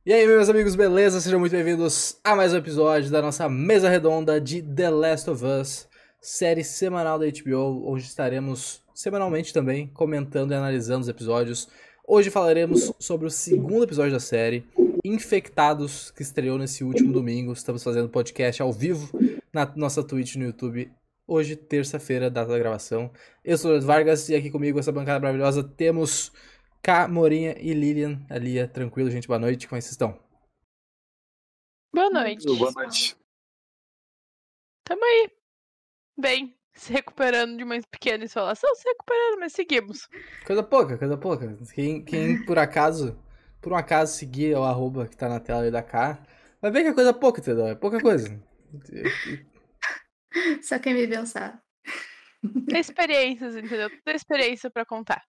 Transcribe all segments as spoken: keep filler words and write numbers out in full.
E aí, meus amigos, beleza? Sejam muito bem-vindos a mais um episódio da nossa mesa redonda de The Last of Us, série semanal da H B O, onde estaremos semanalmente também comentando e analisando os episódios. Hoje falaremos sobre o segundo episódio da série, Infectados, que estreou nesse último domingo. Estamos fazendo podcast ao vivo na nossa Twitch no YouTube. Hoje, terça-feira, data da gravação. Eu sou o Leandro Vargas e aqui comigo, essa bancada maravilhosa, temos K, Morinha e Lilian. A Lia, tranquilo, gente, boa noite, como é que vocês estão? Boa noite. Boa noite. Tamo aí. Bem, se recuperando de uma pequena insolação, se recuperando, mas seguimos. Coisa pouca, coisa pouca. Quem, quem por acaso, por um acaso seguir o arroba que tá na tela aí da K, vai ver que é coisa pouca, entendeu? É pouca coisa. Só quem viveu sabe. Tem experiências, entendeu? Tem experiência pra contar.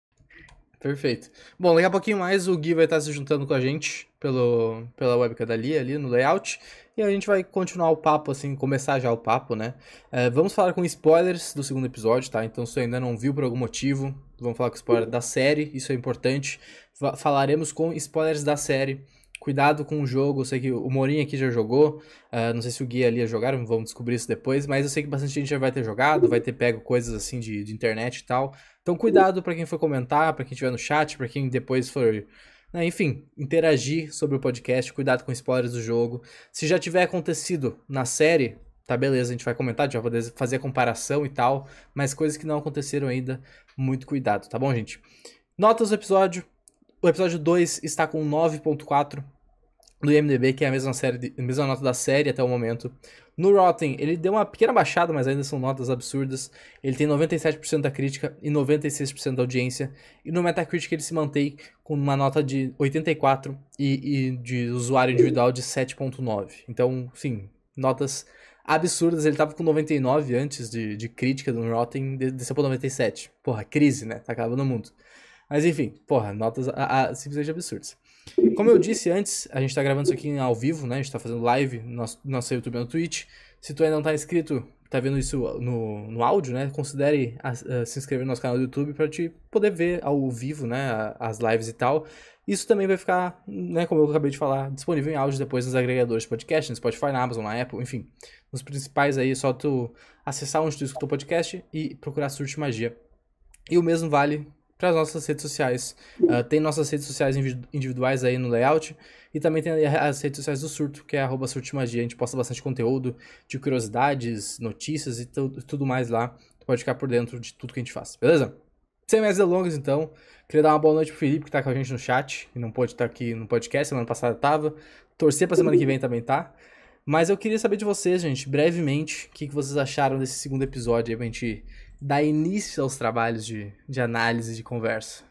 Perfeito. Bom, daqui a pouquinho mais o Gui vai estar se juntando com a gente pelo, pela webcam da Lia ali no layout. E a gente vai continuar o papo, assim, começar já o papo, né? É, vamos falar com spoilers do segundo episódio, tá? Então se você ainda não viu por algum motivo, vamos falar com spoiler da série, isso é importante. Va- falaremos com spoilers da série. Cuidado com o jogo, eu sei que o Morinha aqui já jogou, uh, não sei se o Gui e a Lia jogaram, vamos descobrir isso depois, mas eu sei que bastante gente já vai ter jogado, vai ter pego coisas assim de, de internet e tal. Então cuidado pra quem for comentar, pra quem estiver no chat, pra quem depois for, né, enfim, interagir sobre o podcast, cuidado com spoilers do jogo. Se já tiver acontecido na série, tá beleza, a gente vai comentar, a gente vai poder fazer a comparação e tal, mas coisas que não aconteceram ainda, muito cuidado, tá bom, gente? Notas do episódio. O episódio dois está com nove ponto quatro no I M D B, que é a mesma, série de- a mesma nota da série até o momento. No Rotten, ele deu uma pequena baixada, mas ainda são notas absurdas. Ele tem noventa e sete por cento da crítica e noventa e seis por cento da audiência. E no Metacritic ele se mantém com uma nota de oitenta e quatro e, e de usuário individual de sete ponto nove. Então, sim, notas absurdas. Ele tava com noventa e nove antes de, de crítica no Rotten, de- desceu pra noventa e sete. Porra, crise, né? Tá acabando o mundo. Mas enfim, porra, notas a, a, simplesmente absurdas. Como eu disse antes, a gente tá gravando isso aqui ao vivo, né? A gente tá fazendo live no nosso, no nosso YouTube e no Twitch. Se tu ainda não tá inscrito, tá vendo isso no, no áudio, né? Considere a, a, se inscrever no nosso canal do YouTube pra te poder ver ao vivo, né? a- As lives e tal. Isso também vai ficar, né? Como eu acabei de falar, disponível em áudio depois nos agregadores de podcast, no Spotify, na Amazon, na Apple, enfim. Nos principais aí, é só tu acessar onde tu escuta o podcast e procurar Surte Magia. E o mesmo vale para as nossas redes sociais. Uh, tem nossas redes sociais individu- individuais aí no layout. E também tem as redes sociais do Surto, que é arroba surtemagia. A gente posta bastante conteúdo de curiosidades, notícias e tu- tudo mais lá. Tu pode ficar por dentro de tudo que a gente faz, beleza? Sem mais delongas, então. Queria dar uma boa noite pro Felipe, que tá com a gente no chat. E não pôde estar aqui no podcast, semana passada tava. Torcer pra semana que vem também, tá? Mas eu queria saber de vocês, gente, brevemente, o que, que vocês acharam desse segundo episódio aí pra gente dar início aos trabalhos de, de análise, de conversa.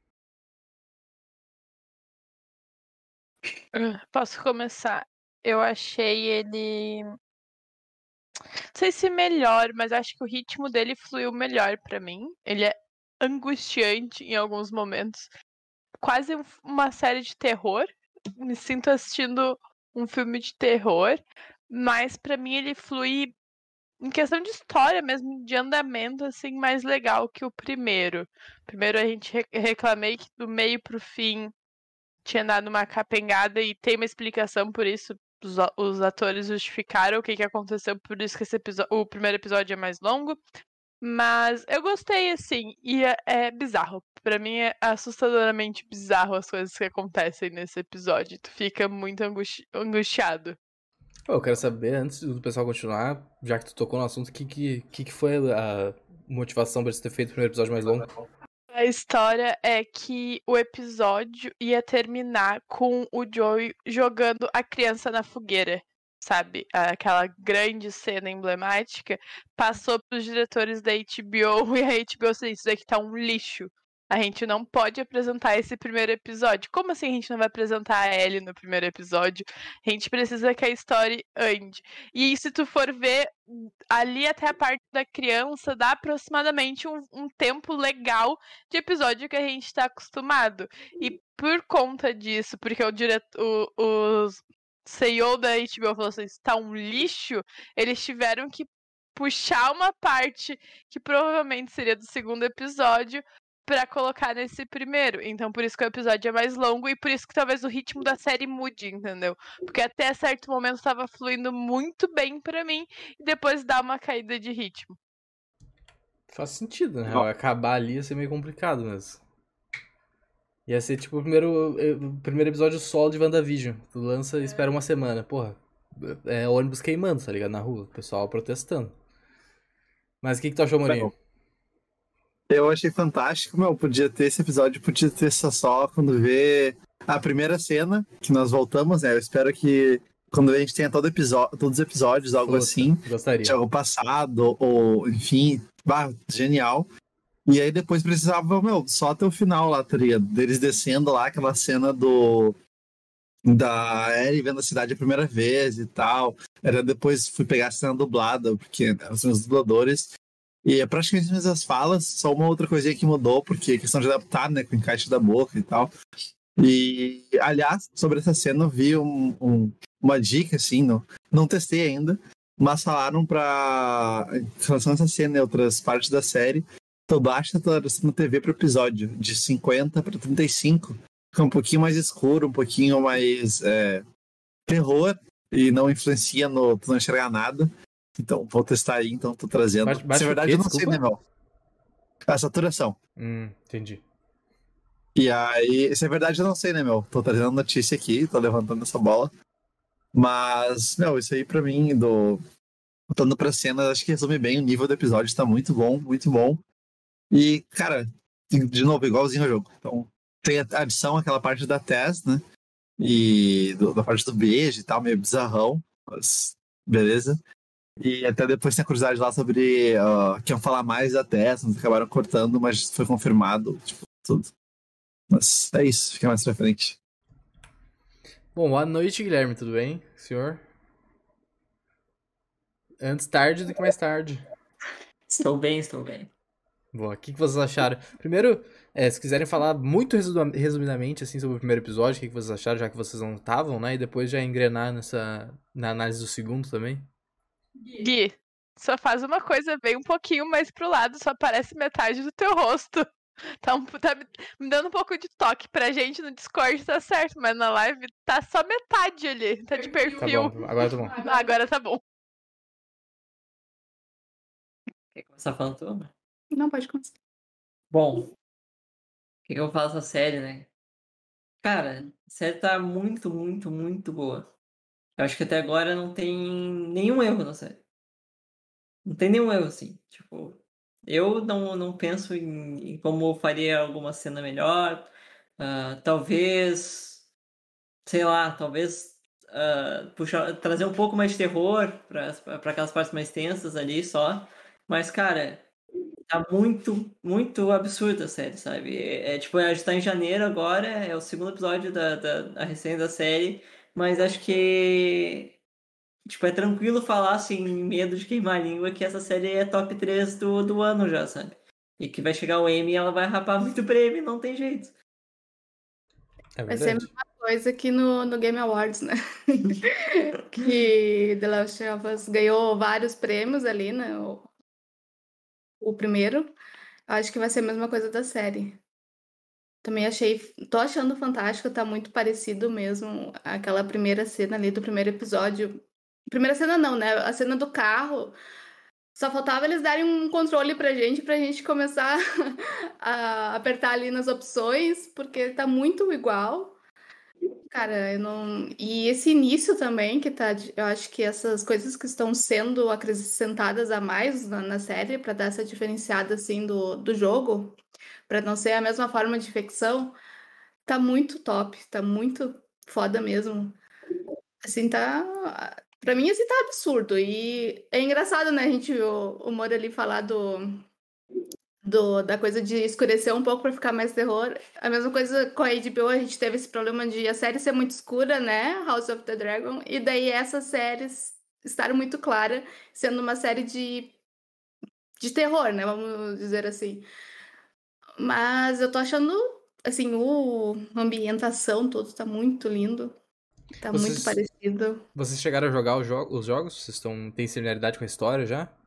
Ah, Posso começar? Eu achei ele. Não sei se melhor, mas acho que o ritmo dele fluiu melhor pra mim. Ele é angustiante em alguns momentos. Quase um- uma série de terror. Me sinto assistindo um filme de terror. Mas pra mim ele flui em questão de história mesmo, de andamento, assim, mais legal que o primeiro. Primeiro a gente re- reclamei que do meio pro fim tinha dado uma capengada e tem uma explicação por isso. Os, a- os atores justificaram o que, que aconteceu, por isso que esse episo- o primeiro episódio é mais longo. Mas eu gostei, assim, e é, é bizarro. Pra mim é assustadoramente bizarro as coisas que acontecem nesse episódio. Tu fica muito angusti- angustiado. Pô, eu quero saber, antes do pessoal continuar, já que tu tocou no assunto, o que, que, que que foi a motivação pra você ter feito o primeiro episódio mais longo? A história é que o episódio ia terminar com o Joey jogando a criança na fogueira, sabe? Aquela grande cena emblemática passou pros diretores da H B O e a H B O disse: isso daqui tá um lixo. A gente não pode apresentar esse primeiro episódio. Como assim a gente não vai apresentar a Ellie no primeiro episódio? A gente precisa que a história ande. E se tu for ver, ali até a parte da criança dá aproximadamente um, um tempo legal de episódio que a gente tá acostumado. E por conta disso, porque o diretor, os C E O da H B O falou assim, isso tá um lixo, eles tiveram que puxar uma parte que provavelmente seria do segundo episódio pra colocar nesse primeiro. Então, por isso que o episódio é mais longo e por isso que talvez o ritmo da série mude, entendeu? Porque até certo momento tava fluindo muito bem pra mim e depois dá uma caída de ritmo. Faz sentido, né? Acabar ali ia ser meio complicado mesmo. Ia ser tipo o primeiro, o primeiro episódio solo de WandaVision. Tu lança e espera uma semana. Porra, é ônibus queimando, tá ligado? Na rua, o pessoal protestando. Mas o que, que tu achou, Mourinho? Eu achei fantástico, meu. Podia ter esse episódio, podia ter só, só quando vê a primeira cena, que nós voltamos, né? Eu espero que quando a gente tenha todo episódio, todos os episódios, algo Puta, assim, gostaria. de algo passado, ou enfim, bah, genial. E aí depois precisava, meu, só até o final lá, tá ligado? Deles descendo lá, aquela cena do. Da Ellie vendo a cidade a primeira vez e tal. Era depois fui pegar a cena dublada, porque eram os dubladores. E é praticamente as mesmas falas, só uma outra coisinha que mudou, porque é questão de adaptar, né, com o encaixe da boca e tal. E, aliás, sobre essa cena, eu vi um, um, uma dica, assim, não, não testei ainda, mas falaram pra, em relação a essa cena e outras partes da série, tu baixa a tua na T V pro episódio, de cinquenta para trinta e cinco, fica um pouquinho mais escuro, um pouquinho mais é, terror, e não influencia no tu não enxergar nada. Então, vou testar aí, então tô trazendo. Baixa, baixa Se é verdade, o quê? eu não Desculpa? sei, né, meu? A saturação. Hum, entendi. E aí, se é verdade, eu não sei, né, meu? Tô trazendo notícia aqui, tô levantando essa bola. Mas, meu, isso aí pra mim, do... voltando pra cena, acho que resume bem o nível do episódio, tá muito bom, muito bom. E, cara, de novo, igualzinho ao jogo. Então, tem a adição, aquela parte da Tess, né? E do, da parte do beijo e tal, meio bizarrão. Mas, beleza. E até depois tem a curiosidade lá sobre uh, que iam falar mais da Tess, mas acabaram cortando, mas foi confirmado, tipo, tudo. Mas é isso, fica mais pra frente. Bom, boa noite, Guilherme, tudo bem, senhor? Antes tarde do que mais tarde. Estou bem, estou bem. Boa, o que, que vocês acharam? Primeiro, é, se quiserem falar muito resu- resumidamente assim, sobre o primeiro episódio, o que, que vocês acharam, já que vocês não estavam, né? E depois já engrenar nessa, na análise do segundo também. Gui, só faz uma coisa bem um pouquinho mais pro lado, só aparece metade do teu rosto. Tá, um, tá me- me dando um pouco de toque pra gente no Discord, tá certo, mas na live tá só metade ali, tá de Tá perfil. bom, agora tá bom. Ah, agora tá bom. Quer começar falando tu? Ana? Não, pode começar. Bom, o que, que eu faço a série, né? Cara, a série tá muito, muito, muito boa. Eu acho que até agora não tem nenhum erro na série. Não tem nenhum erro, assim. Tipo, eu não, não penso em, em como eu faria alguma cena melhor. Ah, talvez, sei lá, talvez ah, puxar, trazer um pouco mais de terror para aquelas partes mais tensas ali só. Mas, cara, tá muito, muito absurda a série, sabe? É, é, tipo, a gente tá em janeiro agora, é o segundo episódio da, da, da recém da série, mas acho que tipo, é tranquilo falar sem medo de queimar a língua que essa série é top três do, do ano já, sabe? E que vai chegar o Emmy e ela vai rapar muito prêmio, não tem jeito. É Vai ser a verdade. mesma coisa que no, no Game Awards, né? Que The Last of Us ganhou vários prêmios ali, né? O, o primeiro. Acho que vai ser a mesma coisa da série. Também achei, tô achando fantástico, tá muito parecido mesmo aquela primeira cena ali do primeiro episódio. Primeira cena não, né? A cena do carro. Só faltava eles darem um controle pra gente, pra gente começar a apertar ali nas opções, porque tá muito igual. Cara, eu não. E esse início também, que tá. Eu acho que essas coisas que estão sendo acrescentadas a mais na, na série, pra dar essa diferenciada assim do, do jogo, pra não ser a mesma forma de ficção, tá muito top, tá muito foda mesmo. Assim, tá. Pra mim, assim, tá absurdo. E é engraçado, né? A gente viu o Moro ali falar do, do, da coisa de escurecer um pouco pra ficar mais terror. A mesma coisa com a H B O, a gente teve esse problema de a série ser muito escura, né? House of the Dragon. E daí essas séries estar muito clara, sendo uma série de, de terror, né? Vamos dizer assim. Mas eu tô achando, assim, o a ambientação, tudo tá muito lindo. Tá muito Vocês, parecido. vocês chegaram a jogar os, jo- os jogos? Vocês estão, têm similaridade com a história já?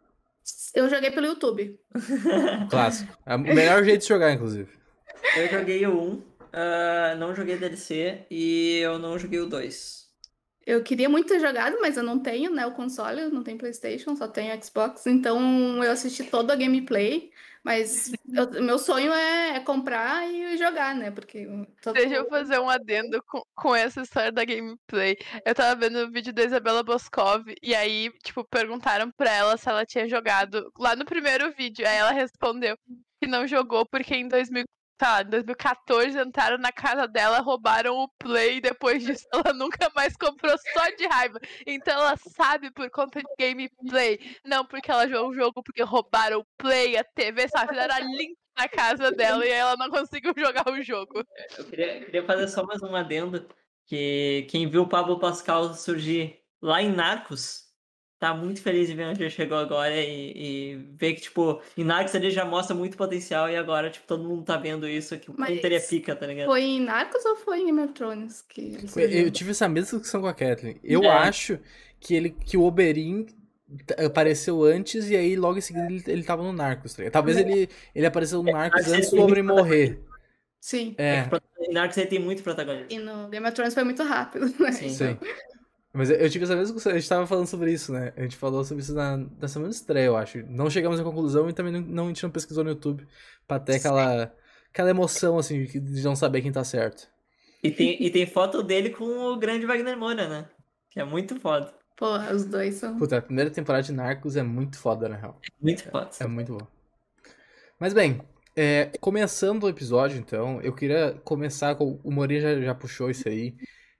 Eu joguei pelo YouTube. Clássico. É o melhor jeito de jogar, inclusive. Eu joguei o um, uh, não joguei D L C e eu não joguei o dois. Eu queria muito ter jogado, mas eu não tenho, né, o console, eu não tenho PlayStation, só tenho Xbox, então eu assisti toda a gameplay, mas eu- meu sonho é, é comprar e jogar, né, porque... tô- Deixa eu fazer um adendo com, com essa história da gameplay. Eu tava vendo o vídeo da Isabela Boscov e aí, tipo, perguntaram pra ela se ela tinha jogado lá no primeiro vídeo. Aí ela respondeu que não jogou porque em dois mil, tá, em dois mil e quatorze entraram na casa dela, roubaram o Play e depois disso ela nunca mais comprou só de raiva. Então ela sabe por conta de gameplay. Não porque ela jogou o jogo porque roubaram o Play, a T V, sabe? Fizeram a limpa na casa dela e aí ela não conseguiu jogar o jogo. Eu queria, queria fazer só mais um adendo, que quem viu o Pablo Pascal surgir lá em Narcos tá muito feliz de ver onde ele chegou agora e, e ver que, tipo, em Narcos ele já mostra muito potencial e agora, tipo, todo mundo tá vendo isso, que o Mas quanto ele é pica, tá ligado? Foi em Narcos ou foi em Game of Thrones que ele Foi- surgiu? Eu tive essa mesma discussão com a Kathleen. Eu É. acho que, ele, que o Oberyn t- apareceu antes e aí logo em seguida ele, ele tava no Narcos. Tá ligado? Talvez ele, ele apareceu no Narcos Narcos antes ele do tem Oberyn muito morrer. Sim, É É, que pro- em Narcos ele tem muito protagonismo. e no Game of Thrones foi muito rápido, né? Sim. sim. Mas eu eu tive essa mesma discussão, a gente tava falando sobre isso, né? A gente falou sobre isso na, na semana de estreia, eu acho. Não chegamos à conclusão e também não, não- a gente não pesquisou no YouTube pra ter aquela, aquela emoção, assim, de de não saber quem tá certo. E tem, e tem foto dele com o grande Wagner Moura, né? Que é muito foda. Pô, os dois são... Puta, a primeira temporada de Narcos é muito foda, na real. Muito foda. É muito bom. Mas bem, é, começando o episódio, então, eu queria começar com. O Morinha já, já puxou isso aí.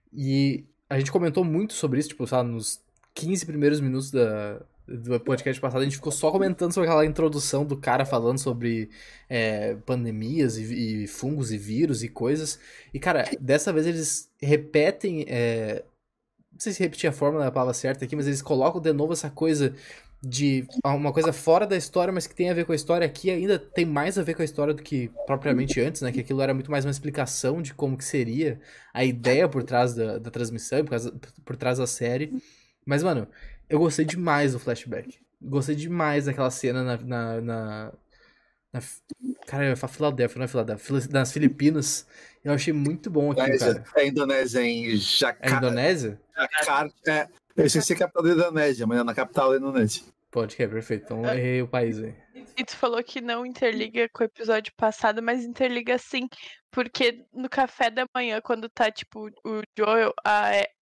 E a gente comentou muito sobre isso, tipo, sabe, nos quinze primeiros minutos da, do podcast passado, a gente ficou só comentando sobre aquela introdução do cara falando sobre é, pandemias e, e fungos e vírus e coisas. E, cara, dessa vez eles repetem. é, não sei se repetir a fórmula é a palavra certa aqui, mas eles colocam de novo essa coisa de uma coisa fora da história, mas que tem a ver com a história aqui, ainda tem mais a ver com a história do que propriamente antes, né? Que aquilo era muito mais uma explicação de como que seria a ideia por trás da, da transmissão, por, causa- por trás da série. Mas, mano, eu gostei demais do flashback. Gostei demais daquela cena na... na, na, na cara, eu ia falar Filadélfia, não é Filadélfia, Fili- nas Filipinas. Eu achei muito bom aquilo, Indonésia, cara. é Indonésia em É Jakarta. Indonésia? Jakarta é, eu esqueci a capital da Indonésia, mas é na capital da Indonésia. Pode que é perfeito. Então eu errei o país aí. E tu falou que não interliga com o episódio passado, mas interliga sim, porque no café da manhã, quando tá, tipo, o Joel, a,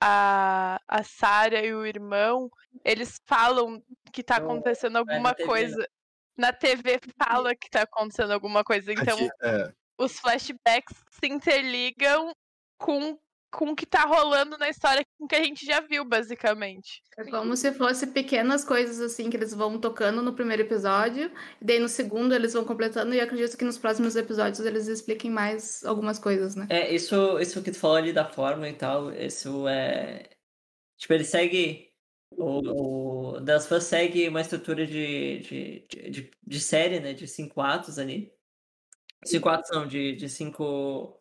a, a Sarah e o irmão, eles falam que tá acontecendo alguma T V, coisa. Na T V fala que tá acontecendo alguma coisa. Então, Aqui, é. os flashbacks se interligam com, com o que tá rolando na história, com o que a gente já viu, basicamente. É como se fosse pequenas coisas assim que eles vão tocando no primeiro episódio, e daí no segundo eles vão completando, e eu acredito que nos próximos episódios eles expliquem mais algumas coisas, né? É, isso, isso que tu falou ali da forma e tal, isso é. Tipo, ele segue. O, o The Last of Us segue uma estrutura de, de, de, de, de série, né? De cinco atos ali. Cinco atos não, de, de cinco.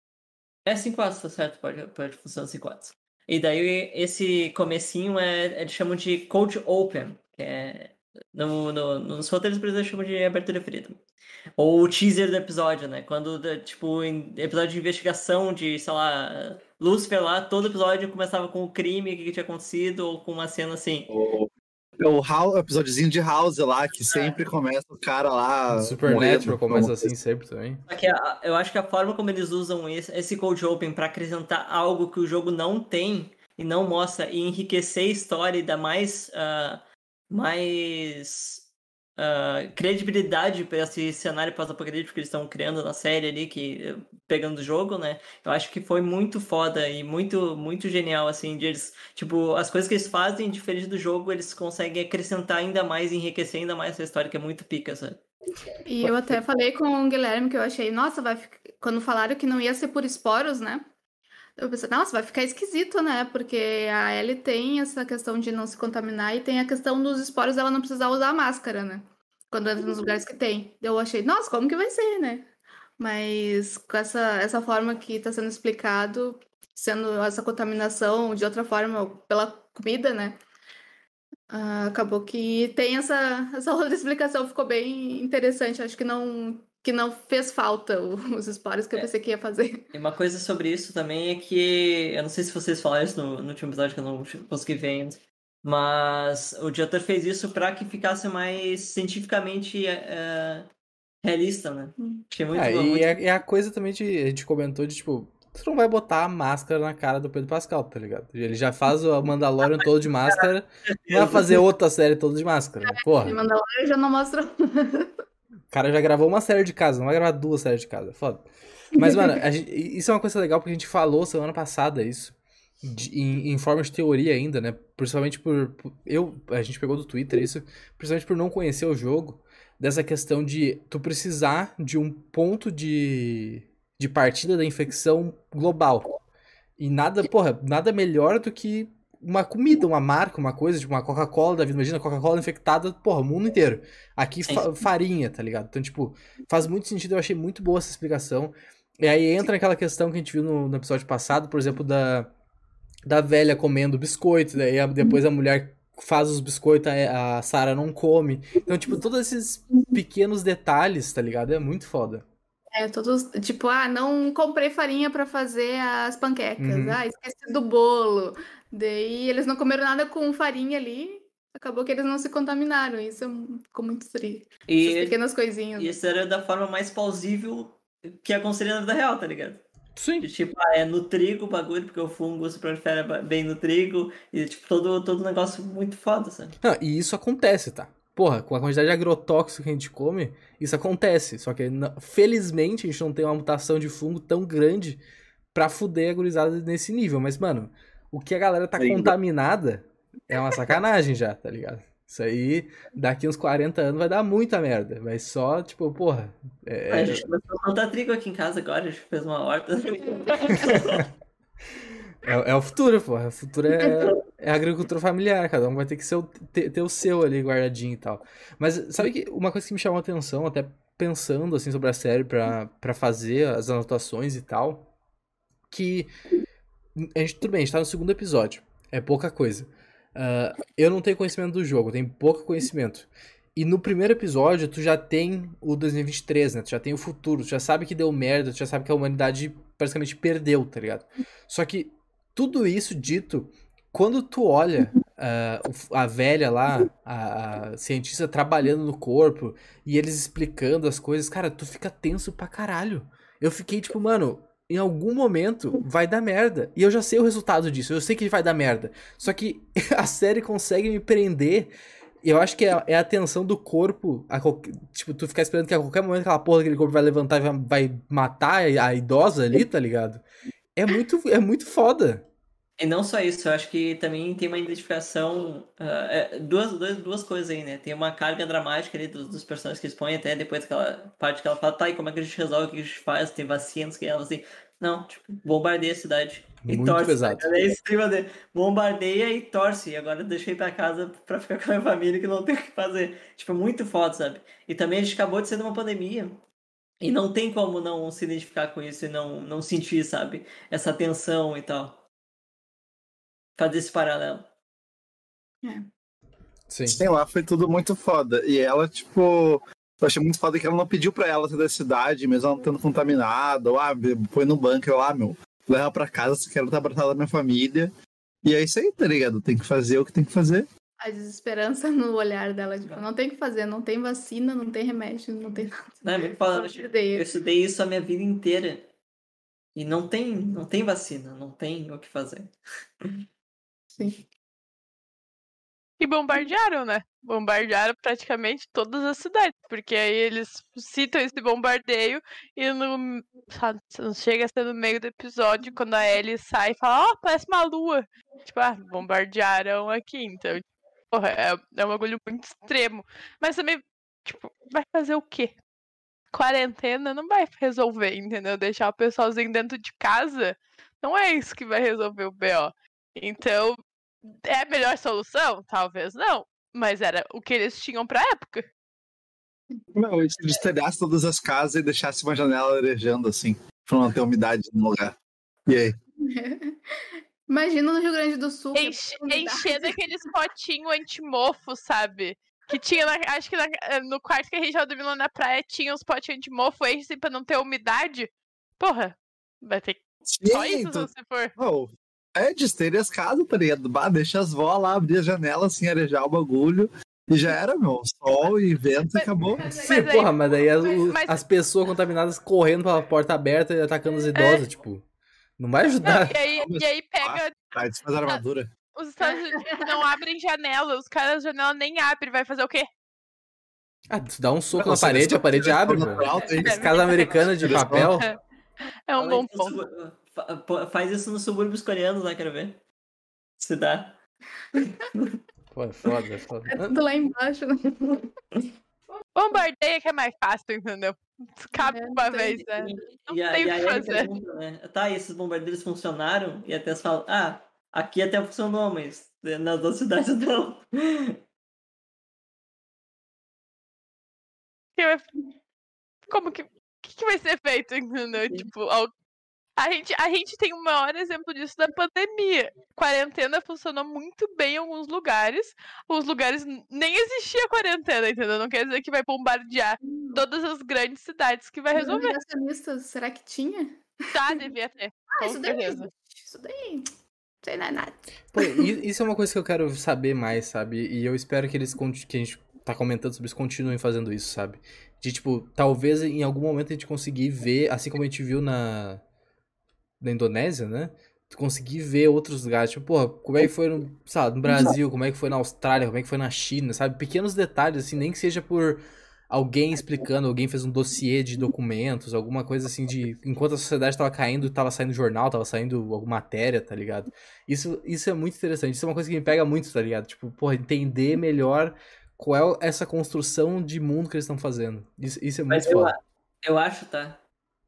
É cinco atos, tá certo? Pode, pode funcionar cinco atos. E daí esse comecinho é, eles chamam de Cold Open, que é. No, no, nos roteiros eles chamam de abertura fria. Ou o teaser do episódio, né? Quando, tipo, em episódio de investigação de, sei lá, Lucifer lá, todo episódio começava com o crime, o que, que tinha acontecido, ou com uma cena assim. O, o, House, o episódiozinho de House lá, que sempre começa o cara lá. Supernatural morrendo, começa como- assim sempre também. Só que a- eu acho que a forma como eles usam esse, esse Cold Open pra acrescentar algo que o jogo não tem e não mostra, e enriquecer a história e dar mais, ah, mais ah, credibilidade para esse cenário pós-apocalíptico que eles estão criando na série ali, que, pegando o jogo, né? Eu acho que foi muito foda e muito, muito genial, assim, de eles, tipo, as coisas que eles fazem diferente do jogo, eles conseguem acrescentar ainda mais, enriquecer ainda mais essa história, que é muito pica, sabe? E eu até falei com o Guilherme que eu achei, nossa, vai ficar... quando falaram que não ia ser por esporos, né? Eu pensei, nossa, vai ficar esquisito, né? Porque a Ellie tem essa questão de não se contaminar e tem a questão dos esporos ela não precisar usar máscara, né? Quando entra nos lugares que tem. Eu achei, nossa, como que vai ser, né? Mas com essa, essa forma que está sendo explicado, sendo essa contaminação de outra forma pela comida, né? ah, acabou que tem essa, essa outra explicação, ficou bem interessante. Acho que não, que não fez falta o- os spoilers que eu É. pensei que ia fazer. E uma coisa sobre isso também é que, eu não sei se vocês falaram isso no, no último episódio que eu não consegui ver ainda, mas o diretor fez isso para que ficasse mais cientificamente é, realista, né? Hum. Achei muito, Ah, e muito... é, é a coisa também de. A gente comentou de tipo. Tu não vai botar a máscara na cara do Pedro Pascal, tá ligado? Ele já faz o Mandalorian todo de máscara. Não vai fazer outra série toda de máscara. Porra. E Mandalorian já não mostrou. O cara já gravou uma série de casa, não vai gravar duas séries de casa. Foda. Mas, mano, a gente- isso é uma coisa legal porque a gente falou semana passada isso. de- em, em forma de teoria ainda, né? Principalmente por, por- Eu. A gente pegou do Twitter isso. Principalmente por não conhecer o jogo. Dessa questão de tu precisar de um ponto de. De partida da infecção global. E nada, porra, nada melhor do que uma comida, uma marca, uma coisa, tipo uma Coca-Cola da vida. Imagina, Coca-Cola infectada, porra, o mundo inteiro. Aqui Sim, fa- sim. farinha, tá ligado? Então, tipo, faz muito sentido, eu achei muito boa essa explicação. E aí entra aquela questão que a gente viu no, no episódio passado, por exemplo, da, da velha comendo biscoito, daí a- depois a mulher faz os biscoitos, a, a Sarah não come. Então, tipo, todos esses pequenos detalhes, tá ligado? É muito foda. É, todos, tipo, ah, não comprei farinha pra fazer as panquecas. Uhum. Ah, esqueci do bolo. Daí eles não comeram nada com farinha ali. Acabou que eles não se contaminaram. Isso é mu- ficou muito triste. Essas E, pequenas coisinhas. e isso era da forma mais plausível que aconselha na vida real, tá ligado? Sim. De, tipo, ah, é no trigo o bagulho, porque o fungo se prolifera ba- bem no trigo, e tipo, todo, todo negócio muito foda, sabe? Não, e isso acontece, tá? Porra, com a quantidade de agrotóxico que a gente come, isso acontece. Só que, na- felizmente, a gente não tem uma mutação de fungo tão grande pra fuder a gurizada nesse nível. Mas, mano, o que a galera tá Ainda. contaminada é uma sacanagem já, tá ligado? Isso aí, daqui uns quarenta anos vai dar muita merda. Vai só, tipo, porra. é- A gente começou a plantar trigo aqui em casa agora, a gente fez uma horta. É, é o futuro, porra. O futuro é, é a agricultura familiar. Cada um vai ter que ser o- ter, ter o seu ali guardadinho e tal. Mas sabe que uma coisa que me chamou a atenção, até pensando assim sobre a série pra, pra fazer as anotações e tal, que a gente, tudo bem, a gente tá no segundo episódio. É pouca coisa. Ah, eu não tenho conhecimento do jogo, eu tenho pouco conhecimento. E no primeiro episódio, tu já tem o dois mil e vinte e três, né? Tu já tem o futuro, tu já sabe que deu merda, tu já sabe que a humanidade praticamente perdeu, tá ligado? Só que tudo isso dito, quando tu olha ah, o- a velha lá, a, a cientista trabalhando no corpo, e eles explicando as coisas, cara, tu fica tenso pra caralho. Eu fiquei tipo, mano, em algum momento vai dar merda. E eu já sei o resultado disso, eu sei que vai dar merda. Só que a série consegue me prender. Eu acho que é, é a tensão do corpo. A qualquer- tipo, tu ficar esperando que a qualquer momento aquela porra daquele corpo vai levantar e vai, vai matar a idosa ali, tá ligado? É muito, é muito foda. E não só isso, eu acho que também tem uma identificação. ah, é, duas, duas, duas coisas aí, né? Tem uma carga dramática ali dos, dos personagens que expõem, até depois daquela parte que ela fala, tá, e como é que a gente resolve, o que a gente faz, tem vacinas, que ela assim. Não, tipo, bombardeia a cidade. E Muito torce. pesado. Ela é em cima dele. Bombardeia e torce. E agora eu deixei pra casa pra ficar com a minha família que não tem o que fazer. Tipo, muito foda, sabe? E também a gente acabou de ser numa pandemia. E não tem como não se identificar com isso e não, não sentir, sabe? Essa tensão e tal. Fazer esse paralelo. Sim. Sei lá, foi tudo muito foda. E ela, tipo, eu achei muito foda que ela não pediu pra ela sair da cidade, mesmo ela estando contaminada, ou ah, põe no bunker lá, meu, leva pra casa se quero estar abraçada da minha família. E é isso aí, tá ligado? Tem que fazer o que tem que fazer. A desesperança no olhar dela, tipo, não tem o que fazer, não tem vacina, não tem remédio, não tem nada. Não, é muito foda, Só né? Tipo, ideia. eu estudei isso a minha vida inteira. E não tem, não tem vacina, não tem o que fazer. Sim. E bombardearam, né? Bombardearam praticamente todas as cidades, porque aí eles citam esse bombardeio e no, sabe, chega a ser no meio do episódio, quando a Ellie sai e fala, ó, oh, parece uma lua. Tipo, ah, bombardearam aqui, então, porra, é, é um bagulho muito extremo. Mas também, tipo, vai fazer o quê? Quarentena não vai resolver, entendeu? Deixar o pessoalzinho dentro de casa, não é isso que vai resolver o B O. Então, é a melhor solução? Talvez não. Mas era o que eles tinham pra época. Não, e se destelhasse todas as casas e deixasse uma janela arejando assim, pra não ter umidade no lugar. E aí? Imagina no Rio Grande do Sul. que é Enche, umidade. encher daqueles potinhos antimofo, sabe? Que tinha, na- acho que na- no quarto que a gente tava dormindo lá na praia, tinha uns potinhos antimofo, enche assim pra não ter umidade. Porra, vai ter só Sim, isso tu... se for. oh, é, desterem as casas, tá ligado? Bah, deixa as vó lá, abrir a janela, assim, arejar o bagulho. E já era, meu. Sol e vento e acabou. Sim, Mas aí- porra, mas daí as, o- mas- as pessoas contaminadas correndo pela porta aberta e atacando as idosas, tipo. Não vai Não, ajudar. e, aí, e aí pega Aí desfaz a armadura. os Estados Unidos que não abrem janela, os caras a janela nem abrem, vai fazer o quê? Ah, tu dá um soco Não, na parede, seleção- a parede abre, pô. natural, tem As casas americanas de Seleção- papel. É um Fala bom isso no ponto. subú- fa- pô, Faz isso nos subúrbios coreanos, né? Quero ver. Se dá. Pô, é foda, é foda. É tudo lá embaixo. Bombardeia que é mais fácil, entendeu? Escapa É, uma não vez, tem- né? Não E, a, tem e o que aí ele fazer. pergunta, né? Tá, esses bombardeiros funcionaram? E até fala, ah, aqui até funcionou, mas nas outras cidades não. Que vai- Como que. O que, que vai ser feito, entendeu? Tipo, ao- a gente, a gente tem o maior exemplo disso da pandemia. Quarentena funcionou muito bem em alguns lugares. Os lugares n- nem existia quarentena, entendeu? Não quer dizer que vai bombardear todas as grandes cidades que vai resolver. Negacionistas, será que tinha? Tá, devia ter. Ah, Com isso daí. certeza. Isso daí. Sei lá nada. Pô, i- isso é uma coisa que eu quero saber mais, sabe? E eu espero que eles conti- que a gente tá comentando sobre isso continuem fazendo isso, sabe? De tipo, talvez em algum momento a gente conseguir ver, assim como a gente viu na na Indonésia, né? Tu conseguir ver outros lugares, tipo, porra, como é que foi no, sei lá, no Brasil, como é que foi na Austrália, como é que foi na China, sabe? Pequenos detalhes, assim, nem que seja por alguém explicando, alguém fez um dossiê de documentos, alguma coisa assim de... Enquanto a sociedade tava caindo, tava saindo jornal, tava saindo alguma matéria, tá ligado? Isso, isso é muito interessante, isso é uma coisa que me pega muito, tá ligado? Tipo, porra, entender melhor qual é essa construção de mundo que eles estão fazendo. Isso, isso é muito Mas eu, foda. eu acho, tá?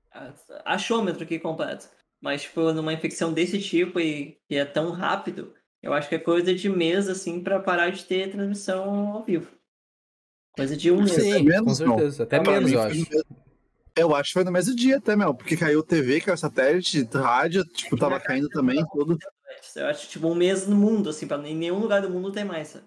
Achômetro aqui completo. Mas, tipo, numa infecção desse tipo e que é tão rápido, eu acho que é coisa de mês, assim, pra parar de ter transmissão ao vivo. Coisa de um mês. Sim, com menos, não. certeza. Até Pra menos, mim eu foi no acho. mesmo- Eu acho que foi no mesmo dia até, meu. Porque caiu T V, caiu satélite, rádio, tipo, tava caindo também, tudo. Eu acho, tipo, um mês no mundo, assim, pra em nenhum lugar do mundo tem mais, sabe?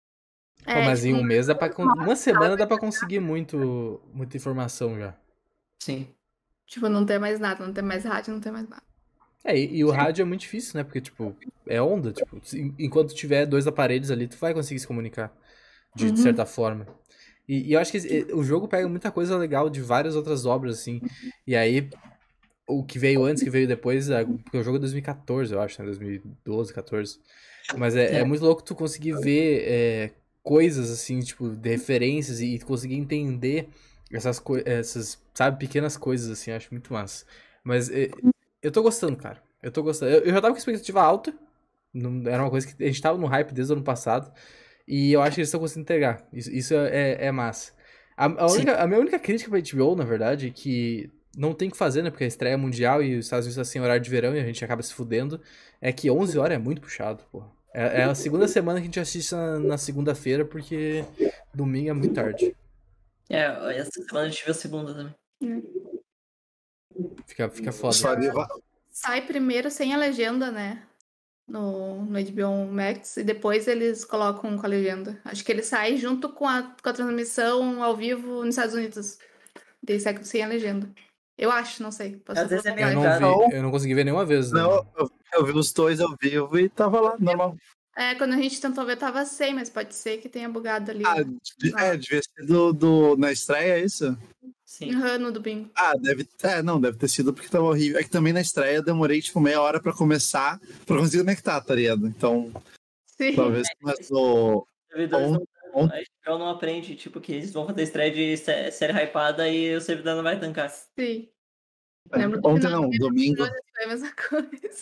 Pô, É, mas em tipo, um mês dá pra. con- Uma semana dá pra conseguir muito, muita informação já. Sim. tipo, não tem mais nada, não tem mais rádio, não tem mais nada. É, e, e o rádio é muito difícil, né? Porque, tipo, é onda. Tipo, se- enquanto tiver dois aparelhos ali, tu vai conseguir se comunicar. De, de Uhum. certa forma. E, e eu acho que esse- o jogo pega muita coisa legal de várias outras obras, assim. E aí, o que veio antes, o que veio depois, é- porque o jogo é dois mil e quatorze, eu acho, né? dois mil e doze, quatorze. Mas é, é É. muito louco tu conseguir ver é, coisas, assim, tipo, de referências e, e tu conseguir entender essas coisas, essas, sabe, pequenas coisas, assim, eu acho muito massa. Mas é, eu tô gostando, cara. Eu tô gostando. Eu, eu já tava com expectativa alta. Não, era uma coisa que a gente tava no hype desde o ano passado. E eu acho que eles estão conseguindo entregar. Isso, isso é, é massa. A, a, única- a minha única crítica pra H B O, na verdade, é que não tem o que fazer, né? Porque a estreia é mundial e os Estados Unidos tá sem horário de verão e a gente acaba se fudendo. É que onze horas é muito puxado, pô. É, é a segunda semana que a gente assiste na, na segunda-feira, porque domingo é muito tarde. É, essa semana a gente viu a segunda também. Fica, fica foda. Só de va- Sai primeiro sem a legenda, né? No, no H B O Max, e depois eles colocam com a legenda. Acho que ele sai junto com a, com a transmissão ao vivo nos Estados Unidos. Daí sai sem a legenda. Eu acho, não sei. Posso Às vezes é estar meio Eu falando não errado. vi, eu não consegui ver nenhuma vez. né? Não, eu, eu vi os dois ao vivo e tava lá, normal. É, quando a gente tentou ver, tava sem, mas pode ser que tenha bugado ali. Ah, de- é, devia ser do, do, na estreia, é isso? Sim. Uhum, no do bingo. Ah, deve é, não, deve ter sido porque tava horrível. É que também na estreia eu demorei, tipo, meia hora pra começar, pra conseguir conectar, tá ligado? Então, Sim. talvez começou... Os servidores On- não, a H B O não aprende, tipo, que eles vão fazer estreia de sé- série hypada e o servidor não vai tancar. Sim. Lembro do Ontem final não, do domingo, Foi a mesma coisa.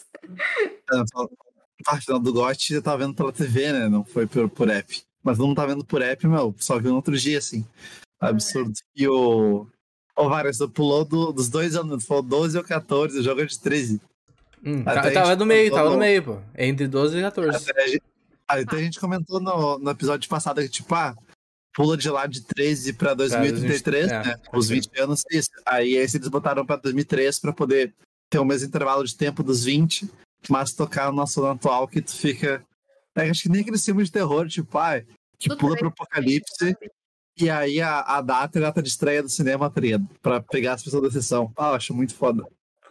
a final do G O T eu tava vendo pela T V, né? Não foi por, por app. Mas não tá vendo por app, meu, só viu no outro dia, assim. Absurdo. E o... Ô, Vargas, tu pulou do- dos dois anos, tu falou doze ou quatorze, o jogo é de treze. Hum, Até tá- a tava gente no meio, comentou tava no no- meio, pô. Entre doze e quatorze. Até a gente, aí até a gente comentou no, no episódio passado que, tipo, ah, pula de lá de treze pra dois mil e trinta e três, é, né? pode Os ser. vinte anos, isso. Aí esse eles botaram pra dois mil e três pra poder ter o mesmo intervalo de tempo dos vinte. mas tocar no nosso ano atual que tu fica... É, acho que nem aquele filme de terror, tipo, ah, que Tudo pula bem, pro apocalipse e aí a, a data é a data de estreia do cinema, tá ligado? Pra pegar as pessoas da sessão. Ah, eu acho muito foda.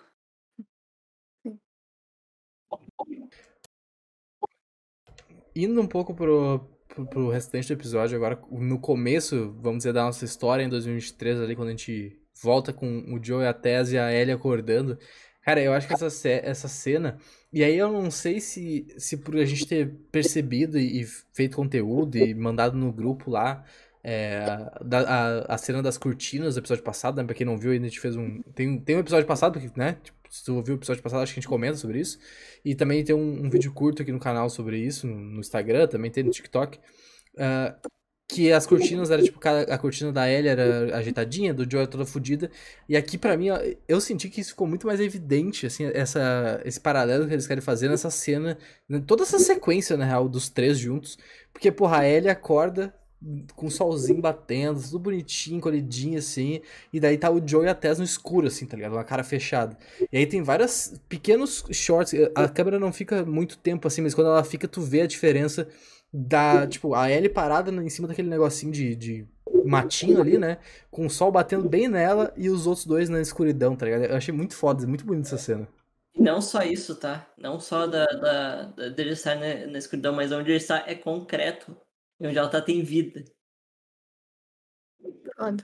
Indo um pouco pro, pro, pro restante do episódio, agora no começo, vamos dizer, da nossa história em dois mil e vinte e três, ali, quando a gente volta com o Joe e a Tess e a Ellie acordando. Cara, eu acho que essa, ce- essa cena. E aí eu não sei se, se por a gente ter percebido e, e feito conteúdo e mandado no grupo lá. é, da- a, a cena das cortinas do episódio passado, né? Pra quem não viu, ainda a gente fez um. Tem, um- tem um episódio passado, porque, né? Tipo, se tu ouviu o episódio passado, acho que a gente comenta sobre isso. E também tem um, um vídeo curto aqui no canal sobre isso, no, no Instagram, também tem no TikTok. ah, que as cortinas era tipo, cada- a cortina da Ellie era ajeitadinha, do Joe era toda fodida. E aqui pra mim, ó, eu senti que isso ficou muito mais evidente, assim, essa, esse paralelo que eles querem fazer nessa cena, né, toda essa sequência, na real, dos três juntos. Porque, porra, a Ellie acorda com o solzinho batendo, tudo bonitinho, colhidinho, assim. E daí tá o Joe e a Tess no escuro, assim, tá ligado? Uma cara fechada. E aí tem vários pequenos shorts. A câmera não fica muito tempo assim, mas quando ela fica, tu vê a diferença da, tipo, a Ellie parada em cima daquele negocinho de, de matinho ali, né? Com o sol batendo bem nela e os outros dois na escuridão, tá ligado? Eu achei muito foda, muito bonita essa cena. E não só isso, tá? Não só da, da, da- dele estar na, na escuridão, mas onde ele está é concreto. E onde ela tá tem vida. Foda.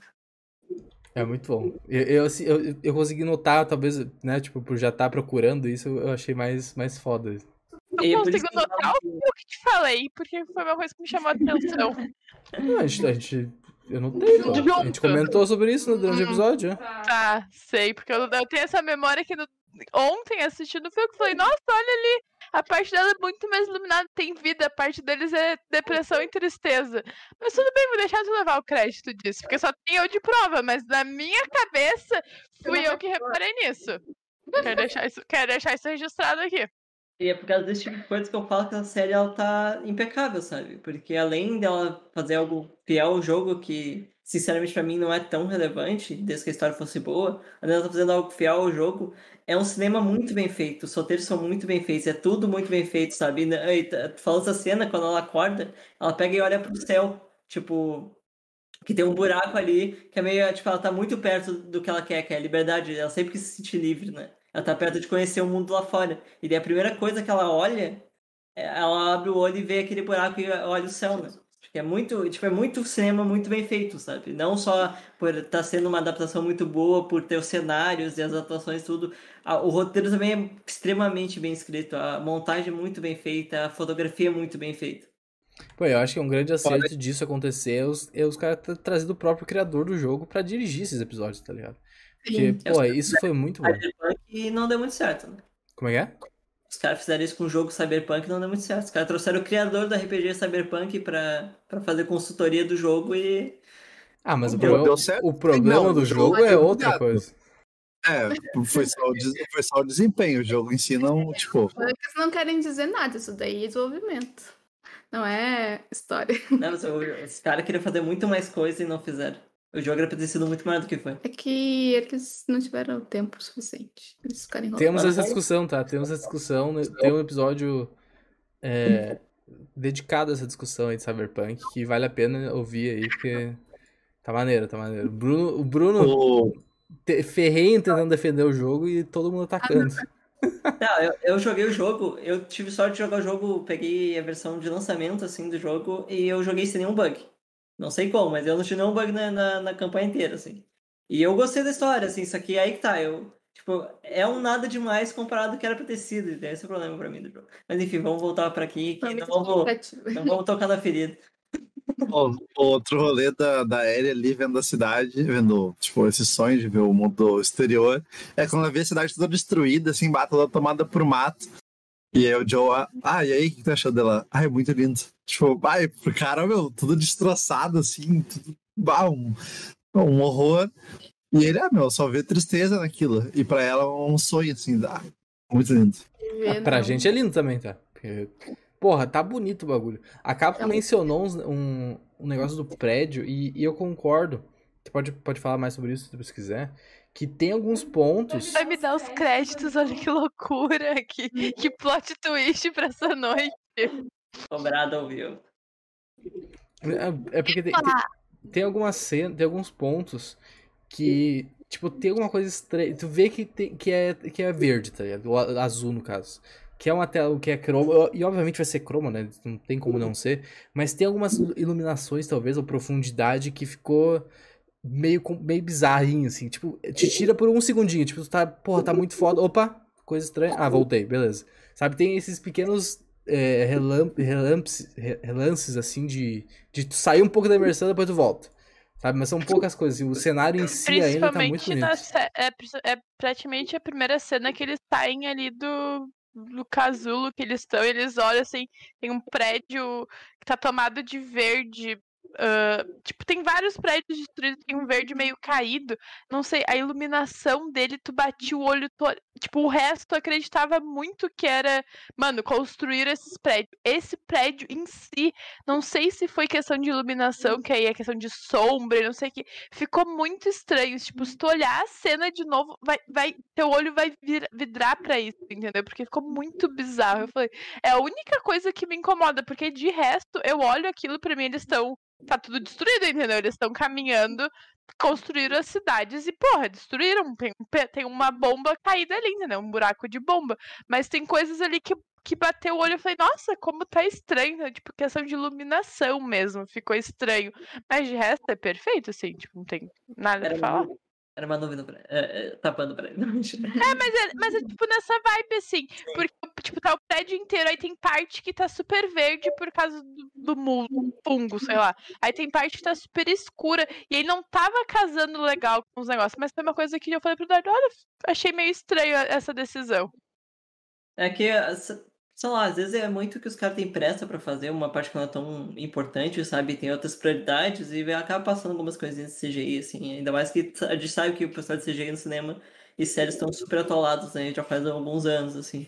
É muito bom. Eu, eu, assim, eu, eu consegui notar, talvez, né, tipo, por já estar procurando isso, eu achei mais, mais foda. E Eu é por isso consigo que eu notar falo o que- que eu te falei, porque foi uma coisa que me chamou a atenção. Não, a gente, a gente eu notei, pô. A gente comentou sobre isso no, durante o episódio, né? Tá, sei, porque eu, eu tenho essa memória que no- ontem assistindo o filme que eu falei, nossa, olha ali, a parte dela é muito mais iluminada, tem vida, a parte deles é depressão e tristeza. Mas tudo bem, vou deixar tu levar o crédito disso, porque só tem eu de prova, mas na minha cabeça fui eu que reparei nisso. Quero deixar isso, quero deixar isso registrado aqui. E é por causa desse tipo de coisa que eu falo que a série ela tá impecável, sabe? Porque além dela fazer algo fiel ao jogo, que sinceramente pra mim não é tão relevante, desde que a história fosse boa, além dela tá fazendo algo fiel ao jogo, é um cinema muito bem feito, os roteiros são muito bem feitos, é tudo muito bem feito, sabe? E, tá- tu falou essa cena, quando ela acorda, ela pega e olha pro céu, tipo, que tem um buraco ali, que é meio, tipo, ela tá muito perto do que ela quer, que é a liberdade, ela sempre quis se sentir livre, né? Ela tá perto de conhecer o mundo lá fora. E daí a primeira coisa que ela olha, é- ela abre o olho e vê aquele buraco e olha o céu, né? Acho que é muito, tipo, é muito cinema muito bem feito, sabe? Não só por estar sendo uma adaptação muito boa, por ter os cenários e as atuações, tudo. A- O roteiro também é extremamente bem escrito, a montagem é muito bem feita, a fotografia é muito bem feita. Pô, eu acho que é um grande acerto disso acontecer é os, é os caras ter trazido o próprio criador do jogo pra dirigir esses episódios, tá ligado? Porque, Sim. pô, isso foi muito bom. Cyberpunk e não deu muito certo, né? Como é que é? Os caras fizeram isso com o jogo Cyberpunk e não deu muito certo. Os caras trouxeram o criador do R P G Cyberpunk pra, pra fazer consultoria do jogo e. Ah, mas o Deu- problema, deu certo? o problema Não, do o jogo jogo é é outra obrigado. coisa. É, foi só, o des- foi só o desempenho. O jogo em si não, tipo. Eles não querem dizer nada, isso daí é desenvolvimento. Não é história. Não, mas o- os caras queriam fazer muito mais coisa e não fizeram. O jogo era pra ter sido muito maior do que foi. É que eles não tiveram tempo suficiente. Eles ficaram enrolando. Temos essa discussão, tá? Temos essa discussão. né? Tem um episódio é, dedicado a essa discussão aí de Cyberpunk que vale a pena ouvir aí, porque tá maneiro, tá maneiro. O Bruno, o Bruno O, te- ferrenho tentando defender o jogo e todo mundo atacando. Não, eu, eu joguei o jogo, eu tive sorte de jogar o jogo, peguei a versão de lançamento assim do jogo e eu joguei sem nenhum bug. Não sei como, mas eu não tive nenhum bug na, na, na campanha inteira, assim. E eu gostei da história, assim, isso aqui aí que tá, eu. Tipo, é um nada demais comparado ao que era pra ter sido, e esse é o problema pra mim do jogo. Mas enfim, vamos voltar pra aqui, que não vamos, não vamos tocar na ferida. o- outro rolê da, da Ellie ali vendo a cidade, vendo, tipo, esse sonho de ver o mundo exterior, é quando ela vê a cidade toda destruída, assim, bata toda tomada por mato. E aí o Joe, ah, e aí, o que tu achou dela? Ah, é muito lindo. Tipo, ai, pro cara, meu, tudo destroçado, assim, tudo, bah, um, um horror. E ele, ah, meu, só vê tristeza naquilo. E pra ela é um sonho, assim, ah, muito lindo. Ah, pra gente é lindo também, tá? Porque, porra, tá bonito o bagulho. A Capcom É muito mencionou uns- um, um negócio do prédio e, e eu concordo. Você pode, pode falar mais sobre isso se você quiser. que tem alguns pontos... Vai me dar os créditos, olha que loucura, que, que plot twist pra essa noite. Cobrado ao vivo. É, é porque tem, tem, tem algumas cenas, tem alguns pontos que, tipo, tem alguma coisa estranha. Tu vê que, tem, que, é, que é verde, tá ligado? O azul, no caso. Que é uma tela que é croma, e obviamente vai ser croma, né? Não tem como não ser. Mas tem algumas iluminações, talvez, ou profundidade que ficou meio, meio bizarrinho, assim. Tipo, te tira por um segundinho. Tipo, tu tá, porra, tá muito foda. Opa, coisa estranha. Ah, voltei, beleza. Sabe, tem esses pequenos é, relamp, relamps, relances, assim, de, de tu sair um pouco da imersão e depois tu volta. Sabe, mas são poucas coisas. Assim, o cenário em si ainda tá muito bonito. Na, é, é praticamente a primeira cena que eles saem ali do, do casulo que eles estão. Eles olham assim, tem um prédio que tá tomado de verde. Uh, tipo, tem vários prédios destruídos, tem um verde meio caído. Não sei, a iluminação dele, tu batia o olho. Tu, tipo, o resto tu acreditava muito que era. Mano, construir esses prédios. Esse prédio em si, não sei se foi questão de iluminação, que aí é questão de sombra, não sei o que. Ficou muito estranho. Tipo, se tu olhar a cena de novo, vai, vai, teu olho vai vir, vidrar pra isso, entendeu? Porque ficou muito bizarro. Eu falei, é a única coisa que me incomoda, porque de resto, eu olho aquilo, pra mim, eles estão. Tá tudo destruído, entendeu? Eles estão caminhando, construíram as cidades e, porra, destruíram. Tem, tem uma bomba caída ali, entendeu? Um buraco de bomba. Mas tem coisas ali que, que bateu o olho e eu falei, nossa, como tá estranho. Né? Tipo, questão de iluminação mesmo. Ficou estranho. Mas de resto é perfeito, assim. Tipo, não tem nada Era pra falar. uma, era uma dúvida pra é, é, tapando pra ele. É, mas é, mas é tipo nessa vibe, assim. Porque, tipo, tá o prédio inteiro, aí tem parte que tá super verde por causa do, do fungo, sei lá. Aí tem parte que tá super escura. E aí não tava casando legal com os negócios. Mas foi uma coisa que eu falei pro Eduardo, olha, achei meio estranho essa decisão. É que, sei lá, às vezes é muito que os caras têm pressa pra fazer, uma parte que não é tão importante, sabe? Tem outras prioridades e acaba passando algumas coisinhas de C G I, assim. Ainda mais que a gente sabe que o pessoal de C G I no cinema e séries estão super atolados, né? Já faz alguns anos, assim.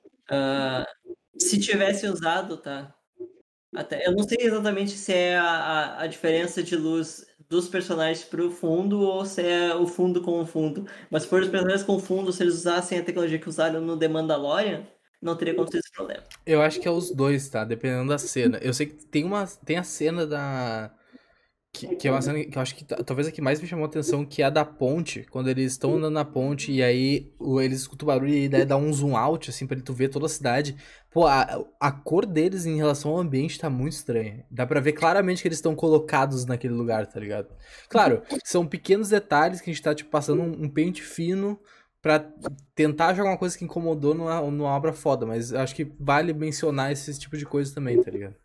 Uh, se tivesse usado, tá? Até, eu não sei exatamente se é a, a, a diferença de luz dos personagens pro fundo ou se é o fundo com o fundo. Mas se for os personagens com fundo, se eles usassem a tecnologia que usaram no The Mandalorian, não teria acontecido esse problema. Eu acho que é os dois, tá? Dependendo da cena. Eu sei que tem uma. Tem a cena da. Que, que é uma cena que eu acho que talvez a que mais me chamou a atenção, que é a da ponte. Quando eles estão andando na ponte e aí o, eles escutam o barulho e daí dá um zoom out, assim, pra tu ver toda a cidade. Pô, a, a cor deles em relação ao ambiente tá muito estranha. Dá pra ver claramente que eles estão colocados naquele lugar, tá ligado? Claro, são pequenos detalhes que a gente tá, tipo, passando um, um pente fino pra tentar jogar uma coisa que incomodou numa, numa obra foda, mas acho que vale mencionar esse tipo de coisa também, tá ligado?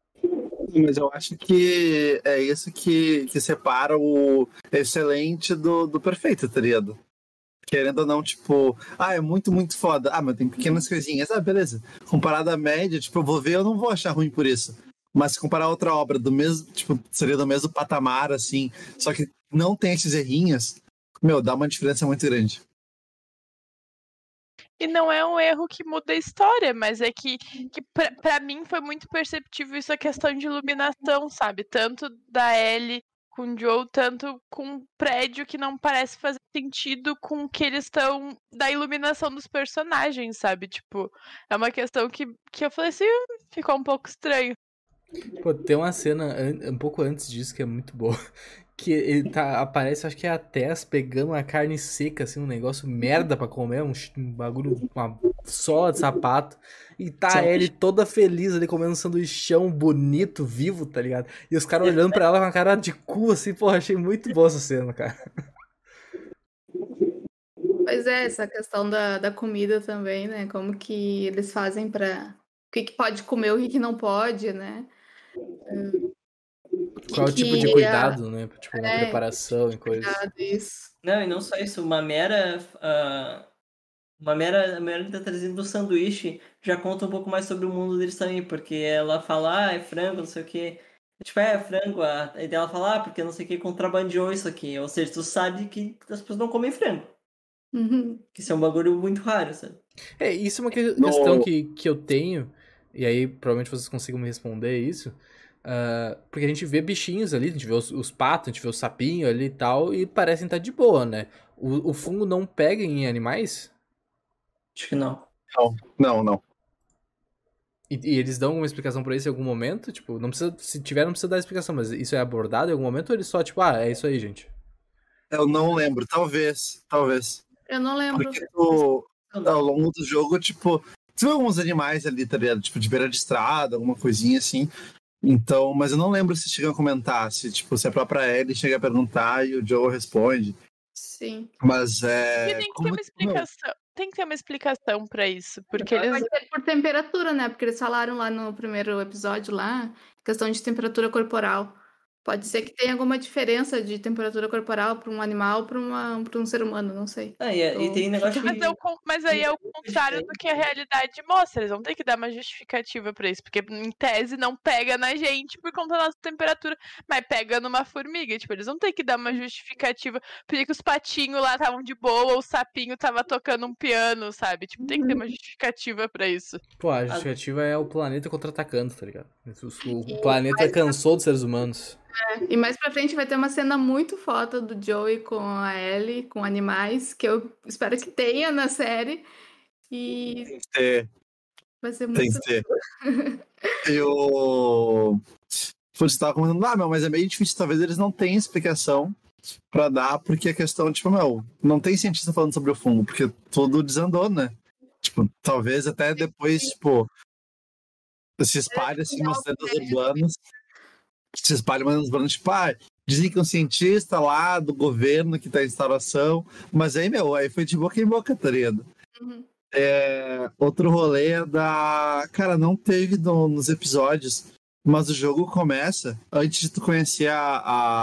Mas eu acho que é isso que, que separa o excelente do, do perfeito, tá ligado? Querendo ou não, tipo, ah, é muito, muito foda. Ah, mas tem pequenas coisinhas. Ah, beleza. Comparado à média, tipo, eu vou ver, eu não vou achar ruim por isso. Mas se comparar a outra obra do mesmo, tipo, seria do mesmo patamar, assim, só que não tem esses errinhos, meu, dá uma diferença muito grande. E não é um erro que muda a história, mas é que, que pra, pra mim foi muito perceptível isso, a questão de iluminação, sabe? Tanto da Ellie com o Joe, tanto com um prédio que não parece fazer sentido com que eles estão da iluminação dos personagens, sabe? Tipo, é uma questão que, que eu falei assim, ficou um pouco estranho. Pô, tem uma cena um pouco antes disso que é muito boa. Que ele tá, aparece, acho que é a Tess pegando uma carne seca, assim, um negócio merda pra comer, um, um bagulho, uma sola de sapato. E tá a Ellie toda feliz ali comendo um sanduichão bonito, vivo, tá ligado? E os caras olhando pra ela com a cara de cu, assim, porra, achei muito boa essa cena, cara. Pois é, essa questão da, da comida também, né? Como que eles fazem pra... O que, que pode comer, o que, que não pode, né? Qual é o tipo de cuidado, né? Tipo, na é, preparação e coisas. Cuidado, isso. Não, e não só isso, uma mera... Uh, uma mera... A mera trazendo do sanduíche já conta um pouco mais sobre o mundo deles também, porque ela fala, ah, é frango, não sei o quê. Tipo, é, é frango. Aí ela fala, ah, porque não sei o que contrabandeou isso aqui. Ou seja, tu sabe que as pessoas não comem frango. Uhum. Que isso é um bagulho muito raro, sabe? É, isso é uma que- questão que, que eu tenho, e aí provavelmente vocês consigam me responder isso. Uh, porque a gente vê bichinhos ali, a gente vê os, os patos, a gente vê o sapinho ali e tal, e parecem estar de boa, né? o, o fungo não pega em animais? Acho que não. Não, não, não. E, e eles dão alguma explicação pra isso em algum momento? Tipo, não precisa, se tiver, não precisa dar explicação, mas isso é abordado em algum momento ou eles só, tipo, ah, é isso aí, gente? Eu não lembro, talvez, talvez. Eu não lembro. Porque tu, Não. ao longo do jogo, tipo, tu vê alguns animais ali, tá ligado? Tipo, de beira de estrada, alguma coisinha assim. Então, mas eu não lembro se chegam a comentar, se, tipo, se a própria Ellie chega a perguntar e o Joe responde. Sim. Mas E é. tem que ter como- uma explicação. Tem que ter uma explicação pra isso. Porque eles. Pode ser por temperatura, né? Porque eles falaram lá no primeiro episódio lá, questão de temperatura corporal. Pode ser que tenha alguma diferença de temperatura corporal para um animal para para um ser humano, não sei. Ah, e, é- e Tô tem negócio Mas, que. é o con- mas aí é o contrário do que a realidade mostra. Eles vão ter que dar uma justificativa pra isso. Porque, em tese, não pega na gente por conta da nossa temperatura. Mas pega numa formiga. Tipo, eles vão ter que dar uma justificativa. Por que que os patinhos lá estavam de boa, o sapinho tava tocando um piano, sabe? Tipo, tem que ter uma justificativa pra isso. Pô, a justificativa é o planeta contra-atacando, tá ligado? O, o planeta cansou dos seres humanos. E mais pra frente vai ter uma cena muito foda do Joey com a Ellie, com animais, que eu espero que tenha na série. E Tem que ter, vai ser tem muito. que ter. Eu. Você tava comentando, ah, meu, mas é meio difícil, talvez eles não tenham explicação pra dar, porque a questão, tipo, meu, não tem cientista falando sobre o fungo, porque tudo desandou, né? Tipo, talvez até depois, tipo, se espalhe assim umas lendas urbanas, se espalhe umas lendas urbanas, tipo, ah, dizem que um cientista lá do governo que tá em instalação, mas aí, meu, aí foi de boca em boca, tá ligado? Uhum. É, outro rolê é da... Cara, não teve no- nos episódios, mas o jogo começa antes de tu conhecer a,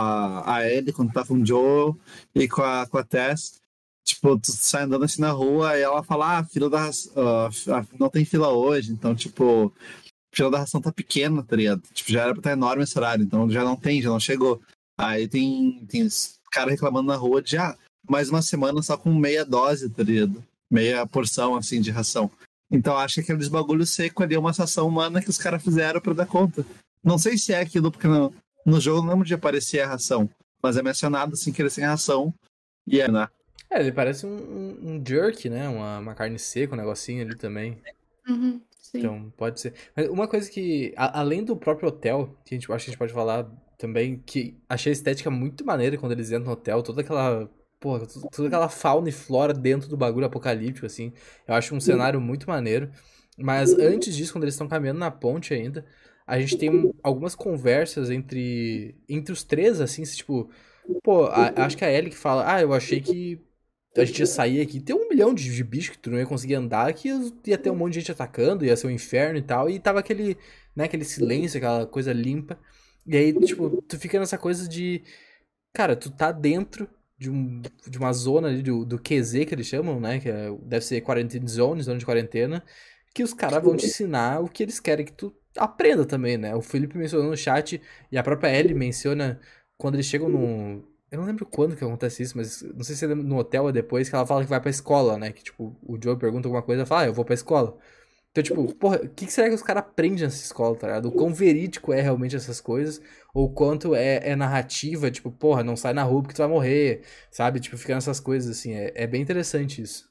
a, a Ellie, quando tá com o Joel e com a, com a Tess. Tipo, tu sai andando assim na rua e ela fala, ah, fila da ração, ah, não tem fila hoje, então, tipo, a fila da ração tá pequena, tá ligado? Tipo, já era pra estar enorme esse horário, então já não tem, já não chegou. Aí tem, tem os caras reclamando na rua de, ah, mais uma semana só com meia dose, tá ligado? Meia porção, assim, de ração. Então acho que aqueles bagulho seco ali é uma ação humana que os caras fizeram pra dar conta. Não sei se é aquilo, porque no, no jogo não lembro de aparecer a ração, mas é mencionado, assim, que eles têm ração e é, né? É, ele parece um, um, um jerk, né? Uma, uma carne seca, um negocinho ali também. Uhum, sim. Então, pode ser. Mas uma coisa que, a- além do próprio hotel, que a gente, acho que a gente pode falar também, que achei a estética muito maneira quando eles entram no hotel, toda aquela, porra, tu- toda aquela fauna e flora dentro do bagulho apocalíptico, assim. Eu acho um cenário muito maneiro. Mas antes disso, quando eles estão caminhando na ponte ainda, a gente tem um- algumas conversas entre, entre os três, assim, se, tipo, pô, a- acho que a Ellie que fala, ah, eu achei que a gente ia sair aqui, tem um milhão de, de bichos que tu não ia conseguir andar, que ia ter um monte de gente atacando, ia ser um inferno e tal, e tava aquele, né, aquele silêncio, aquela coisa limpa. E aí, tipo, tu fica nessa coisa de, cara, tu tá dentro de, um, de uma zona ali do, do Q Z que eles chamam, né, que é- deve ser quarantine zone, zona de quarentena, que os caras vão te ensinar o que eles querem que tu aprenda também, né? O Felipe mencionou no chat, e a própria Ellie menciona quando eles chegam no... Eu não lembro quando que acontece isso, mas não sei se é no hotel ou depois, que ela fala que vai pra escola, né? Que, tipo, o Joe pergunta alguma coisa e ela fala, ah, eu vou pra escola. Então, tipo, porra, o que que será que os caras aprendem nessa escola, tá ligado? O quão verídico é realmente essas coisas, ou o quanto é, é narrativa, tipo, porra, não sai na rua porque tu vai morrer, sabe? Tipo, fica nessas coisas, assim, é, é bem interessante isso.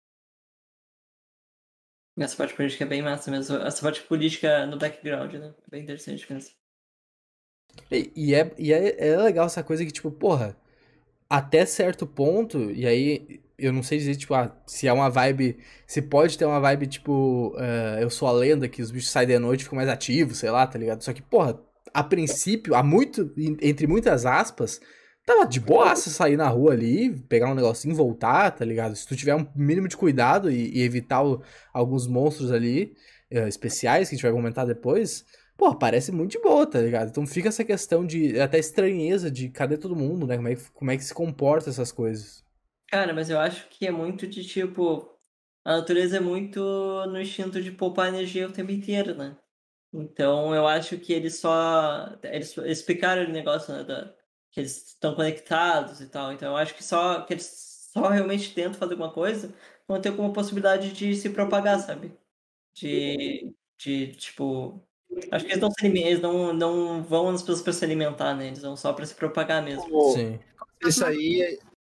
Essa parte política é bem massa mesmo. Essa parte política no background, né? É bem interessante mesmo. E, e é, e é, é legal essa coisa que, tipo, porra, até certo ponto, e aí eu não sei dizer, tipo, ah, se é uma vibe. Se pode ter uma vibe, tipo, eh, eu sou a lenda, que os bichos saem de noite e ficam mais ativos, sei lá, tá ligado? Só que, porra, a princípio, há muito, en- entre muitas aspas, tava de boaça sair na rua ali, pegar um negocinho e voltar, tá ligado? Se tu tiver um mínimo de cuidado e, e evitar o- alguns monstros ali, eh, especiais, que a gente vai comentar depois. Pô, parece muito de boa, tá ligado? Então fica essa questão de até estranheza de cadê todo mundo, né? Como é que, como é que se comporta essas coisas. Cara, mas eu acho que é muito de tipo. A natureza é muito no instinto de poupar energia o tempo inteiro, né? Então eu acho que eles só. Eles eles explicaram o negócio, né? Da, que eles estão conectados e tal. Então eu acho que só que eles só realmente tentam fazer alguma coisa vão ter como possibilidade de se propagar, sabe? De. De tipo. Acho que eles não, se alime- eles não, não vão nas pessoas para se alimentar, né? Eles vão só para se propagar mesmo. Pô, Sim. isso aí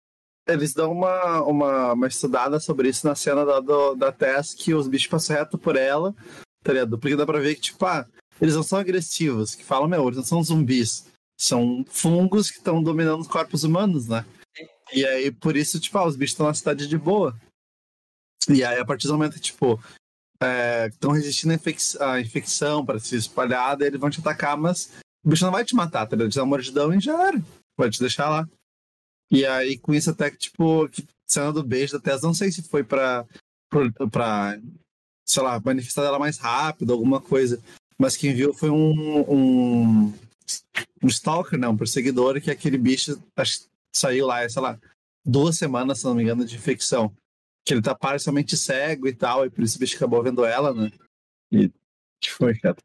eles dão uma, uma, uma estudada sobre isso na cena da, do, da Tess, que os bichos passam reto por ela, tá ligado? Porque dá pra ver que, tipo, ah, eles não são agressivos, que falam, meu, eles não são zumbis. São fungos que estão dominando os corpos humanos, né? E aí, por isso, tipo, ah, os bichos estão na cidade de boa. E aí, a partir do momento que, tipo, estão é, resistindo à infec à infecção para se espalhar, daí eles vão te atacar, mas o bicho não vai te matar, tá ligado? Te dá uma mordidão e já era. Vai te deixar lá. E aí, com isso, até que, tipo, que cena do beijo da Tess, não sei se foi pra, pra, pra sei lá, manifestar ela mais rápido, alguma coisa. Mas quem viu foi um, um, um stalker, né? Um perseguidor, que aquele bicho acho, saiu lá, sei lá, duas semanas, se não me engano, de infecção. Que ele tá parcialmente cego e tal, e por isso o bicho acabou vendo ela, né? E foi, cara.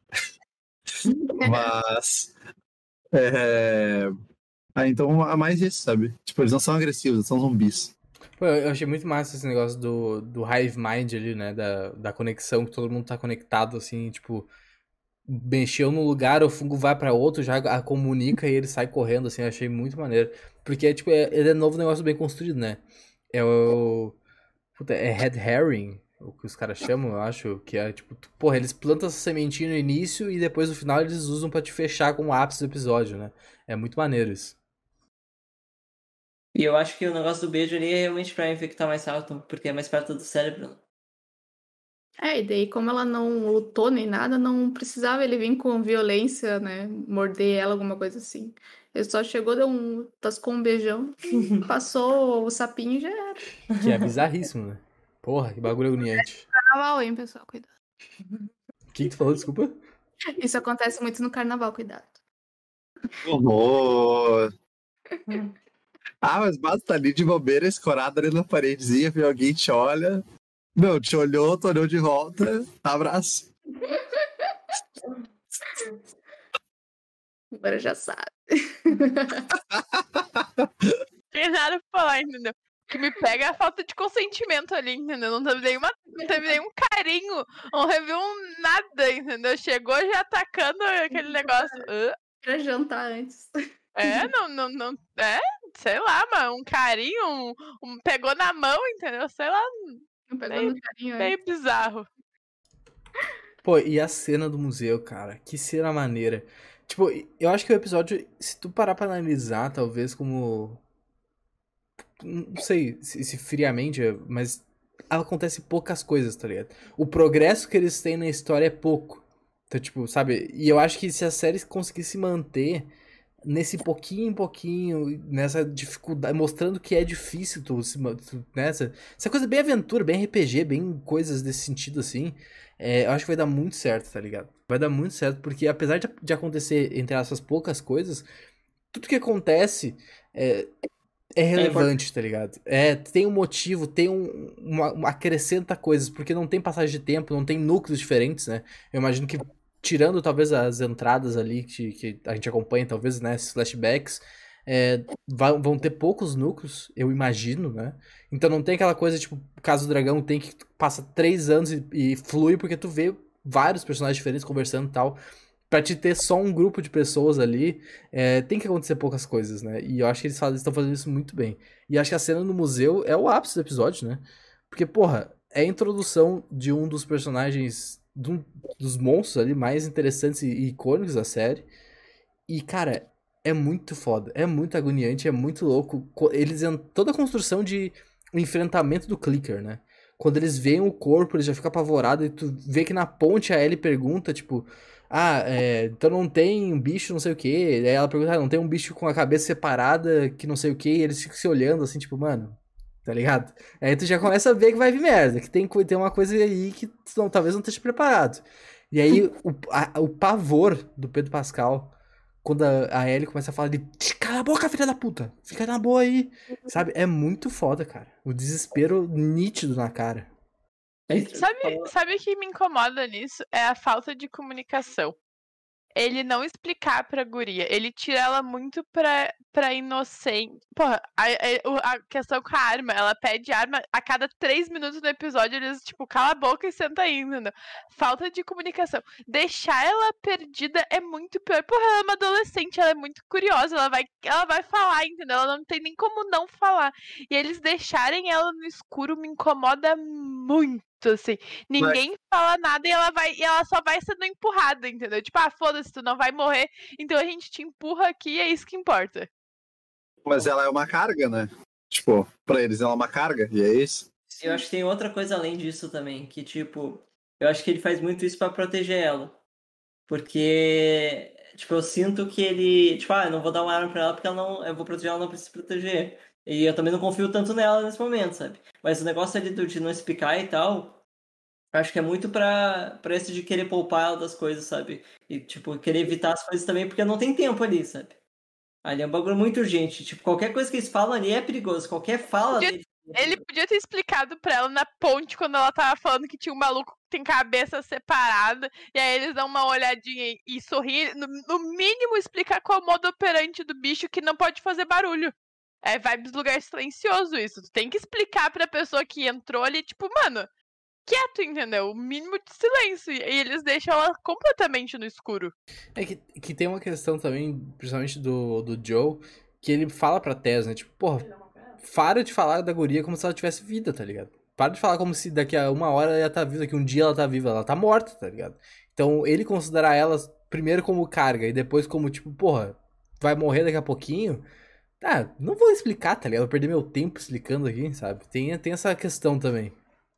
Mas. É... Ah, então é mais isso, sabe? Tipo, eles não são agressivos, eles são zumbis. Pô, eu achei muito massa esse negócio do, do hive mind ali, né? Da, da conexão, que todo mundo tá conectado, assim, tipo... Mexeu num lugar, o fungo vai pra outro, já a comunica e ele sai correndo, assim, eu achei muito maneiro. Porque, tipo, é, ele é um novo negócio bem construído, né? É o... Puta, é Red Herring, o que os caras chamam, eu acho, que é, tipo... Porra, eles plantam essa sementinha no início e depois no final eles usam pra te fechar com o ápice do episódio, né? É muito maneiro isso. E eu acho que o negócio do beijo ali é realmente pra infectar mais rápido, porque é mais perto do cérebro. É, e daí como ela não lutou nem nada, não precisava ele vir com violência, né? Morder ela, alguma coisa assim. Ele só chegou, deu um... tascou um beijão, passou o sapinho e já era. Que é bizarríssimo, né? Porra, que bagulho agoniante. Carnaval, hein, pessoal? Cuidado. O que, que tu falou, desculpa? Isso acontece muito no carnaval, cuidado. Horror! Ah, mas basta ali de bobeira, escorada ali na paredezinha, vê alguém te olha. Meu, te olhou, tu olhou de volta, abraço. Agora já sabe. Tem nada pra falar, entendeu? O que me pega é a falta de consentimento ali, entendeu? Não teve nenhuma, não teve nenhum carinho, não teve um nada, entendeu? Chegou já atacando aquele negócio. Uh, Pra jantar antes. é, não, não, não, é, sei lá, mano, um carinho, um, um- pegou na mão, entendeu? Sei lá, Não pegou Meio- no carinho, é. meio bizarro. Pô, e a cena do museu, cara? Que cena maneira. Tipo, eu acho que o episódio, se tu parar pra analisar, talvez como... Não sei se, se friamente, mas acontece poucas coisas, tá ligado? O progresso que eles têm na história é pouco. Então, tipo, sabe? E eu acho que se a série conseguir se manter nesse pouquinho em pouquinho, nessa dificuldade, mostrando que é difícil tu, se, ma- tu nessa, essa coisa bem aventura, bem R P G, bem coisas desse sentido assim, é, eu acho que vai dar muito certo, tá ligado? Vai dar muito certo, porque apesar de, de acontecer, entre essas poucas coisas, tudo que acontece é, é relevante, tá ligado? É, tem um motivo, tem um, uma, uma- acrescenta coisas, porque não tem passagem de tempo, não tem núcleos diferentes, né? Eu imagino que, tirando talvez as entradas ali que, que a gente acompanha, talvez, né, esses flashbacks, é, vai- vão ter poucos núcleos, eu imagino, né? Então não tem aquela coisa, tipo, Casa do Dragão tem que passa três anos e, e flui, porque tu vê vários personagens diferentes conversando e tal. Pra te ter só um grupo de pessoas ali, é, tem que acontecer poucas coisas, né? E eu acho que eles fazem- estão fazendo isso muito bem. E acho que a cena no museu é o ápice do episódio, né? Porque, porra, é a introdução de um dos personagens, de um dos monstros ali mais interessantes e icônicos da série. E, cara, é muito foda, é muito agoniante, é muito louco. Co- Eles en- toda a construção de o enfrentamento do Clicker, né? Quando eles veem o corpo, eles já ficam apavorados e tu vê que na ponte a Ellie pergunta, tipo, ah, é, então não tem um bicho, não sei o quê. Aí ela pergunta, ah, não tem um bicho com a cabeça separada, que não sei o quê, e eles ficam se olhando assim, tipo, mano, tá ligado? Aí tu já começa a ver que vai vir merda, que tem, co- tem uma coisa aí que tu não- talvez não esteja preparado. E aí o, a- o pavor do Pedro Pascal quando a, a Ellie começa a falar de cala a boca, filha da puta, fica na boa aí, sabe? É muito foda, cara. O desespero nítido na cara. É isso. Sabe, sabe o que me incomoda nisso? É a falta de comunicação. ele não explicar pra guria. Ele tira ela muito pra, pra inocente. Porra, a, a, a questão com a arma. Ela pede arma a cada três minutos do episódio. Eles, tipo, cala a boca e senta aí, entendeu? Falta de comunicação. Deixar ela perdida é muito pior. Porra, ela é uma adolescente. Ela é muito curiosa. Ela vai, ela vai falar, entendeu? Ela não tem nem como não falar. E eles deixarem ela no escuro me incomoda muito. Assim, ninguém Mas... fala nada e ela vai e ela só vai sendo empurrada, entendeu? Tipo, ah, foda-se, tu não vai morrer, então a gente te empurra aqui e é isso que importa. Mas ela é uma carga, né? Tipo, pra eles ela é uma carga, e é isso. Eu acho que tem outra coisa além disso também, que tipo, eu acho que ele faz muito isso pra proteger ela. Porque, tipo, eu sinto que ele, tipo, ah, eu não vou dar uma arma pra ela porque ela não, eu vou proteger ela, ela não precisa se proteger. E eu também não confio tanto nela nesse momento, sabe? Mas o negócio ali de não explicar e tal, acho que é muito pra, pra esse de querer poupar ela das coisas, sabe? E, tipo, querer evitar as coisas também, porque não tem tempo ali, sabe? Ali é um bagulho muito urgente. Tipo, qualquer coisa que eles falam ali é perigoso. Qualquer fala podia, dele... Ele podia ter explicado pra ela na ponte, quando ela tava falando que tinha um maluco que tem cabeça separada, e aí eles dão uma olhadinha e, e sorrir. No, no mínimo, explicar qual é o modo operante do bicho que não pode fazer barulho. É vibes lugar silencioso isso. Tu tem que explicar pra pessoa que entrou ali, tipo, mano, quieto, entendeu? O mínimo de silêncio. E eles deixam ela completamente no escuro. É que, que tem uma questão também, principalmente do, do Joe, que ele fala pra Tess, né? Tipo, porra, para de falar da guria como se ela tivesse vida, tá ligado? Para de falar como se daqui a uma hora ela tá viva, daqui a um dia ela tá viva. Ela tá morta, tá ligado? Então, ele considerar ela primeiro como carga e depois como, tipo, porra, vai morrer daqui a pouquinho... Ah, não vou explicar, tá ligado? Eu vou perder meu tempo explicando aqui, sabe? Tem, tem essa questão também.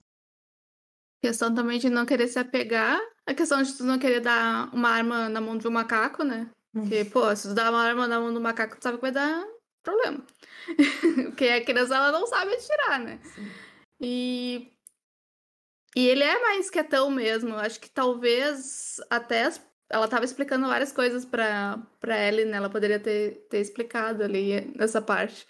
Questão também de não querer se apegar. A questão de tu não querer dar uma arma na mão de um macaco, né? Porque, pô, se tu dá uma arma na mão do macaco, tu sabe que vai dar problema. Porque a criança, ela não sabe atirar, né? E... E ele é mais quietão mesmo. Acho que talvez até as ela tava explicando várias coisas pra, pra Ellie, né? Ela poderia ter, ter explicado ali nessa parte.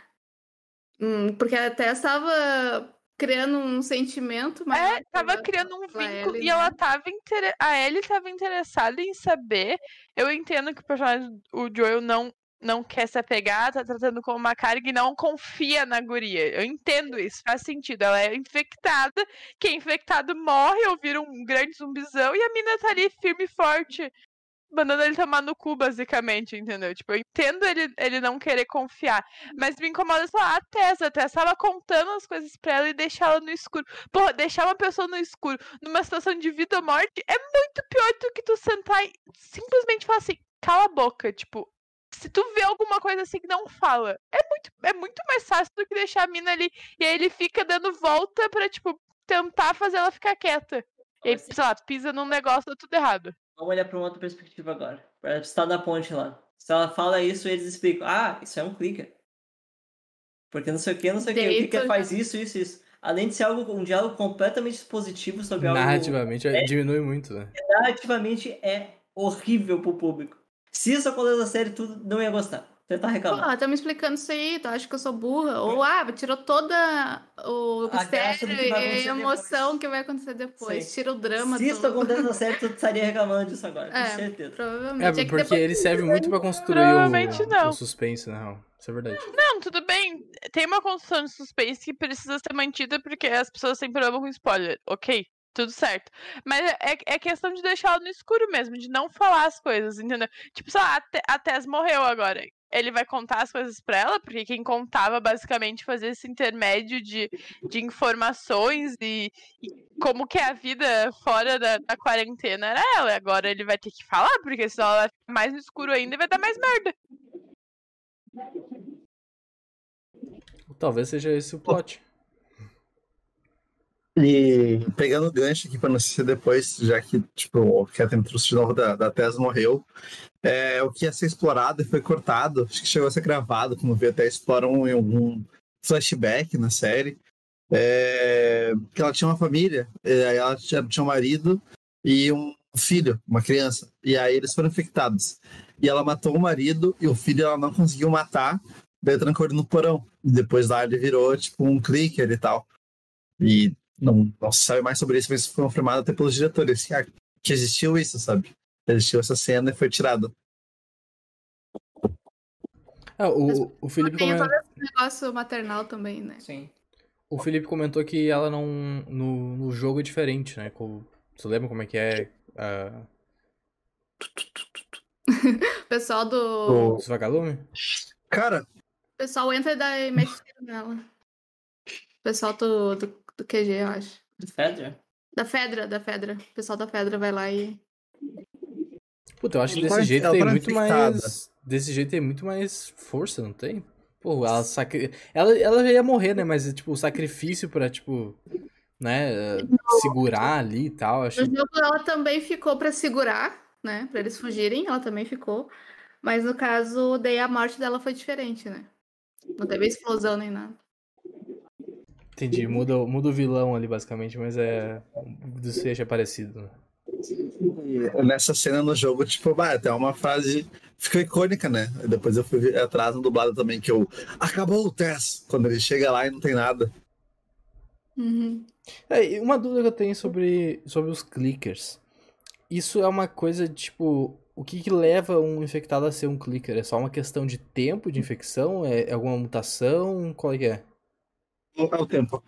Hum, porque até estava criando um sentimento maior. É, tava pela, criando um vínculo Ellie, e né? ela tava inter... a Ellie tava interessada em saber. Eu entendo que o personagem, o Joel, não, não quer se apegar, tá tratando como uma carga e não confia na guria. Eu entendo isso, faz sentido. Ela é infectada, quem é infectado morre ou vira um grande zumbizão e a mina tá ali firme e forte, mandando ele tomar no cu, basicamente, entendeu? Tipo, eu entendo ele, ele não querer confiar, mas me incomoda só a Tessa. A Tessa tava contando as coisas pra ela e deixar ela no escuro. Porra, deixar uma pessoa no escuro numa situação de vida ou morte é muito pior do que tu sentar e simplesmente falar assim, cala a boca, tipo, se tu vê alguma coisa assim, não fala. É muito, é muito mais fácil do que deixar a mina ali e aí ele fica dando volta pra, tipo, tentar fazer ela ficar quieta. E aí, sei lá, pisa num negócio, dá tudo errado. Vamos olhar para uma outra perspectiva agora. Para estar na ponte lá. Se ela fala isso, eles explicam. Ah, isso é um clicker. Porque não sei o que, não sei o que. O clicker faz isso, isso, isso. Além de ser algo, um diálogo completamente positivo sobre algo... Narrativamente é, diminui muito, né? Narrativamente é horrível pro público. Se isso acontecesse na série, tu não ia gostar. Você tá reclamando. Pô, tá me explicando isso aí, tu acha que eu sou burra? Ou, ah, tirou toda o mistério e a emoção depois. Que vai acontecer depois. Sim. Tira o drama Se todo. isso acontece na série, tu estaria reclamando disso agora, é, com certeza. Provavelmente. É, porque é depois... ele serve muito pra construir o, o suspense, né? Isso é verdade. Não, tudo bem. Tem uma construção de suspense que precisa ser mantida porque as pessoas têm problema com spoiler. Ok, tudo certo. Mas é, é questão de deixar ela no escuro mesmo, de não falar as coisas, entendeu? Tipo, sei lá, a, Te- a Tess morreu agora. Ele vai contar as coisas pra ela, porque quem contava basicamente fazia esse intermédio de, de informações e, e como que é a vida fora da, da quarentena era ela. Agora ele vai ter que falar, porque senão ela vai ficar mais no escuro ainda e vai dar mais merda. Talvez seja esse o plot. E pegando o gancho aqui pra não ser depois, já que tipo, o Catherine trouxe de novo da, da Tess morreu, é, o que ia ser explorado e foi cortado, acho que chegou a ser gravado, como vi, até exploram em algum flashback na série, é, que ela tinha uma família, é, ela tinha, tinha um marido e um filho, uma criança, e aí eles foram infectados. E ela matou o marido e o filho ela não conseguiu matar, daí trancou ele no porão. E depois lá ele virou tipo um clicker e tal. E não, não se sabe mais sobre isso, mas foi confirmado até pelos diretores que, que existiu isso, sabe? Existiu essa cena e foi tirado. Ah, o, o, Felipe Tem comentou, todo esse negócio maternal também, né? Sim. o Felipe comentou que ela não. No, no jogo é diferente, né? Com- Você lembra como é que é ah, O pessoal do. O- os vagalumes? Cara, O pessoal entra e dá e mete tiro nela. O pessoal do, do, do Q G, eu acho. Do Fedra? Da Fedra, da Fedra. O pessoal da Fedra vai lá e. Puta, eu acho que Ela desse tá- jeito ela tem tá muito infectada. mais. Desse jeito tem muito mais força, não tem? Pô, ela sacri... ela, ela já ia morrer, né? Mas, tipo, o sacrifício pra, tipo, né, eh, segurar ali e tal, acho. No jogo ela também ficou pra segurar, né? Pra eles fugirem, ela também ficou. Mas no caso, daí a morte dela foi diferente, né? Não teve explosão nem nada. Entendi, muda, muda o vilão ali, basicamente, mas é. O desfecho é parecido, né? E nessa cena no jogo, tipo, bah, até uma frase ficou icônica, né? E depois eu fui ver atrás no dublado também, que eu acabou o teste, quando ele chega lá e não tem nada. Uhum. É, e uma dúvida que eu tenho sobre, sobre os clickers. Isso é uma coisa, tipo, o que que leva um infectado a ser um clicker? É só uma questão de tempo de infecção? É, é alguma mutação? Qual é que é? É o tempo.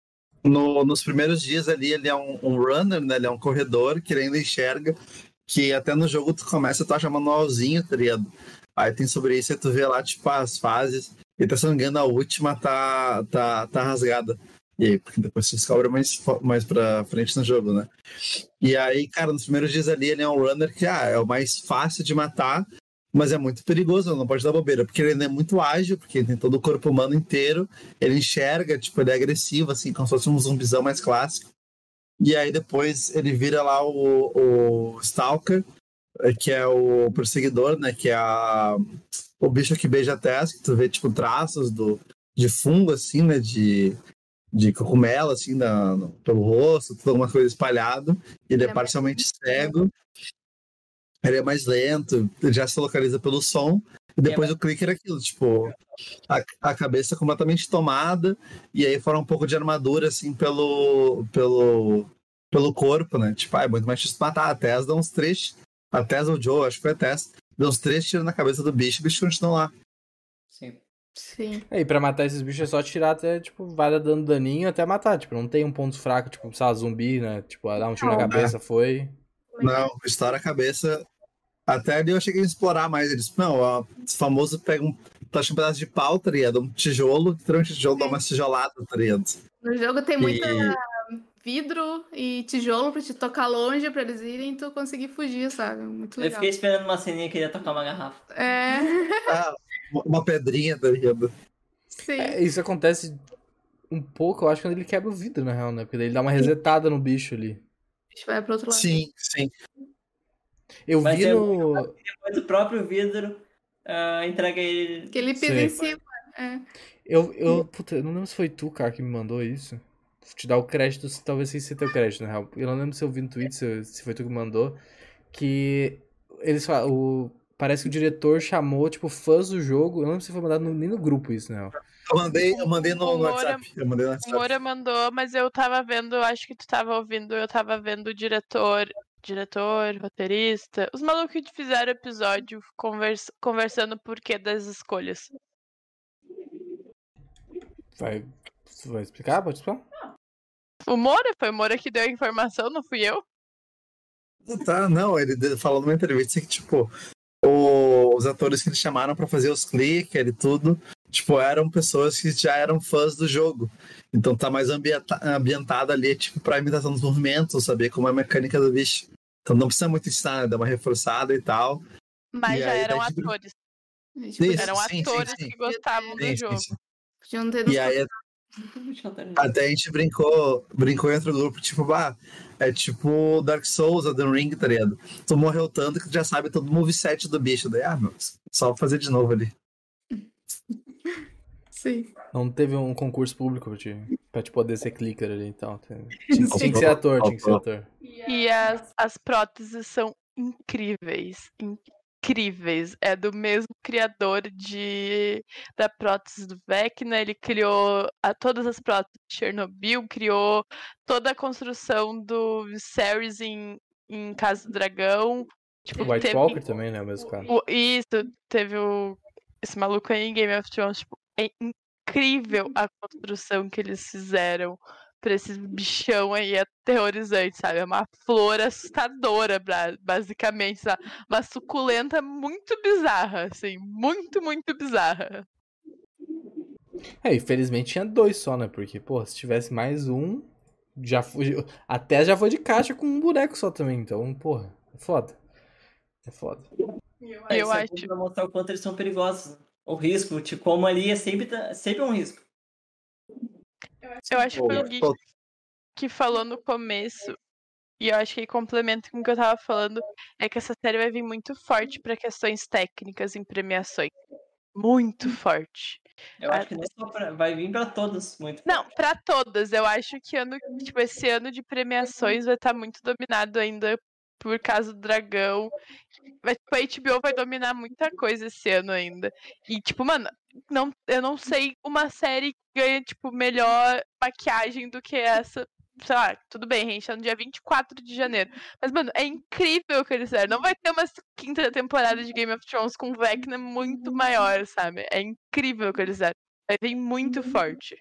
No- nos primeiros dias ali, ele é um, um runner, né? Ele é um corredor que ele ainda enxerga, que até no jogo tu começa, tu acha manualzinho, tá ligado? Aí tem sobre isso, aí tu vê lá, tipo, as fases, e tá, se não me engano, a última tá, tá, tá rasgada. E aí, porque depois você descobre mais, fo- mais pra frente no jogo, né? E aí, cara, nos primeiros dias ali, ele é um runner que ah, é o mais fácil de matar, mas é muito perigoso, não pode dar bobeira, porque ele ainda é muito ágil, porque ele tem todo o corpo humano inteiro, ele enxerga, tipo, ele é agressivo, assim, como se fosse um zumbizão mais clássico. E aí depois ele vira lá o, o Stalker, eh, que é o perseguidor, né? Que é a, o bicho que beija a testa, que tu vê, tipo, traços do, de fungo, assim, né? De, de cogumelo, assim, na, no- pelo rosto, tudo alguma coisa espalhado. Ele é Ele é mais parcialmente cego, ele é mais lento, ele já se localiza pelo som. E depois É, o clicker é aquilo, tipo, a, a cabeça completamente tomada, e aí fora um pouco de armadura, assim, pelo, pelo, pelo corpo, né? Tipo, ah, é muito mais difícil matar. A Tess dá uns três. A Tess ou o Joe, acho que foi a Tess, dá uns três tiros na cabeça do bicho e o bicho continua lá. sim. Sim. É, e pra matar esses bichos é só tirar até, tipo, vai dando daninho até matar. Tipo, não tem um ponto fraco, tipo, sabe, zumbi, né? Tipo, ah, dá um tiro na Não. cabeça, foi. Não, estoura a cabeça. Até ali eu cheguei a explorar mais. Eles, não, ó, esse famoso pega um, taxa um pedaço de pau, tá ligado? Um tijolo, tira um tijolo, dá uma tijolada, tá ligado? No jogo tem muita E, vidro e tijolo pra te tocar longe pra eles irem e tu conseguir fugir, sabe? Muito Eu legal. fiquei esperando uma ceninha que ele ia tocar uma garrafa. É, ah, uma pedrinha, tá ligado? sim. É, isso acontece um pouco, eu acho, quando ele quebra o vidro, na real, né? Porque daí ele dá uma resetada no bicho ali. A gente vai pro outro lado. Sim, sim. Eu Mas vi é no. Depois o próprio vidro ah, entrega ele. Que ele pisa Sei. em cima. É. Eu, eu, puta, eu não lembro se foi tu, cara, que me mandou isso. Vou te dar o crédito, se- talvez sem ser teu crédito, na real. Eu não lembro se eu vi no Twitter, se, se foi tu que mandou. Que eles falam, o, parece que o diretor chamou, tipo, fãs do jogo. Eu não lembro se foi mandado no- nem no grupo isso, na real. Eu mandei, eu mandei no, O no Moura- WhatsApp. Eu mandei no O WhatsApp. Moura mandou, mas eu tava vendo, acho que tu tava ouvindo, eu tava vendo o diretor, diretor, roteirista, os malucos que fizeram o episódio convers, conversando o porquê das escolhas. Vai, tu vai explicar? Pode explicar? O Moura, foi o Moura que deu a informação, não fui eu? Tá, não, ele de- falou numa entrevista que, tipo, o- os atores que eles chamaram pra fazer os clickers e tudo, tipo, eram pessoas que já eram fãs do jogo. Então tá mais ambienta ambientado ali, tipo, pra imitação dos movimentos, saber como é a mecânica do bicho. Então não precisa muito ensinar, né? Dá uma reforçada e tal. Mas E já aí, eram daí, tipo, atores, A gente podia- Isso, eram sim, sim, atores sim. que gostavam do Sim, sim, jogo. sim. podiam ter nos E aí Tá até a gente brincou, brincou entre o grupo, tipo, bah, é tipo Dark Souls, Elden Ring, tá ligado? Tu morreu tanto que tu já sabe todo o moveset do bicho. Daí, ah, meu, só fazer de novo ali. Sim. Não teve um concurso público pra te, pra te poder ser clicker ali, então. Tinha, tinha que ser ator, tinha que ser ator. E as, as próteses são incríveis. Incríveis. É do mesmo criador de da prótese do Vecna. Ele criou a, todas as próteses de Chernobyl, criou toda a construção do Viserys em, em Casa do Dragão. Tipo, White teve Walker também, né? O mesmo cara. o- isso, teve o, esse maluco aí em Game of Thrones. Tipo, é incrível a construção que eles fizeram pra esses bichão aí aterrorizantes, sabe? É uma flor assustadora, bra- basicamente, sabe? Uma suculenta muito bizarra, assim, muito, muito bizarra. É, infelizmente tinha dois só, né? Porque, pô, se tivesse mais um, já foi, até já foi de caixa com um boneco só também. Então, porra, é foda. É foda. É, Eu isso é acho- bom pra mostrar o quanto eles são perigosos. Né? O risco, tipo, como ali é sempre, tá- sempre um risco. Eu acho que foi o Gui Pô, que falou no começo, e eu acho que complementa com o que eu tava falando, é que essa série vai vir muito forte pra questões técnicas em premiações. Muito forte. Eu Ah, acho que não só pra, vai vir pra todos, muito Não, forte. pra todas. Eu acho que ano, tipo, esse ano de premiações vai estar muito dominado ainda por causa do Dragão. Vai, tipo, a H B O vai dominar muita coisa esse ano ainda. E, tipo, mano, não, eu não sei uma série que ganha, tipo, melhor maquiagem do que essa. Sei lá, tudo bem, a gente tá no dia vinte e quatro de janeiro. Mas, mano, é incrível o que eles fizeram. Não vai ter uma quinta temporada de Game of Thrones com Vecna muito maior, sabe? É incrível o que eles fizeram. Vai vir muito forte.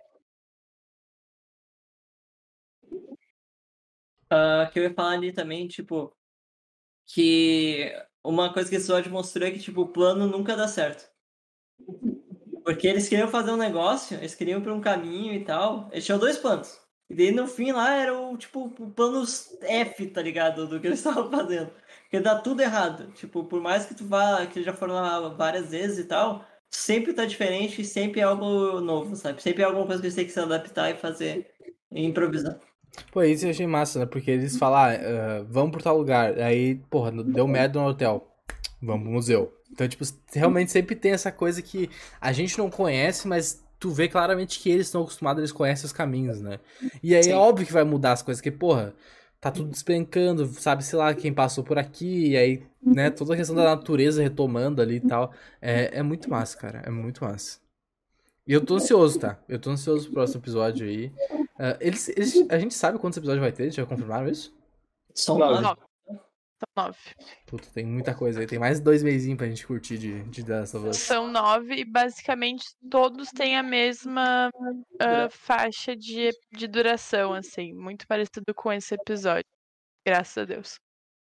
Ah, que eu ia falar ali também, tipo, que uma coisa que esse episódio mostrou é que, tipo, o plano nunca dá certo. Porque eles queriam fazer um negócio, eles queriam ir pra um caminho e tal. Eles tinham dois planos. E daí no fim lá era o, tipo, o plano F, tá ligado? Do que eles estavam fazendo. Porque dá tudo errado. Tipo, por mais que tu vá, que já foram lá várias vezes e tal, sempre tá diferente e sempre é algo novo, sabe? Sempre é alguma coisa que eles têm que se adaptar e fazer e improvisar. Pô, isso eu achei massa, né? Porque eles falam, ah, ah, vamos por tal lugar. Aí, porra, deu merda no hotel. Vamos pro museu. Então, tipo, realmente sempre tem essa coisa que a gente não conhece, mas tu vê claramente que eles estão acostumados, eles conhecem os caminhos, né? E aí Sim. é óbvio que vai mudar as coisas, porque, porra, tá tudo despencando, sabe-se lá quem passou por aqui, e aí, né, toda a questão da natureza retomando ali e tal. É, é muito massa, cara. É muito massa. E eu tô ansioso, tá? Eu tô ansioso pro próximo episódio aí. Ah, eles, eles, a gente sabe quantos episódios vai ter? Eles já confirmaram isso? São Nove. nove. São nove. Puta, tem muita coisa aí. Tem mais dois meizinhos pra gente curtir de, de The Last of Us. São nove e basicamente todos têm a mesma ah, faixa de, de duração, assim. Muito parecido com esse episódio. Graças a Deus.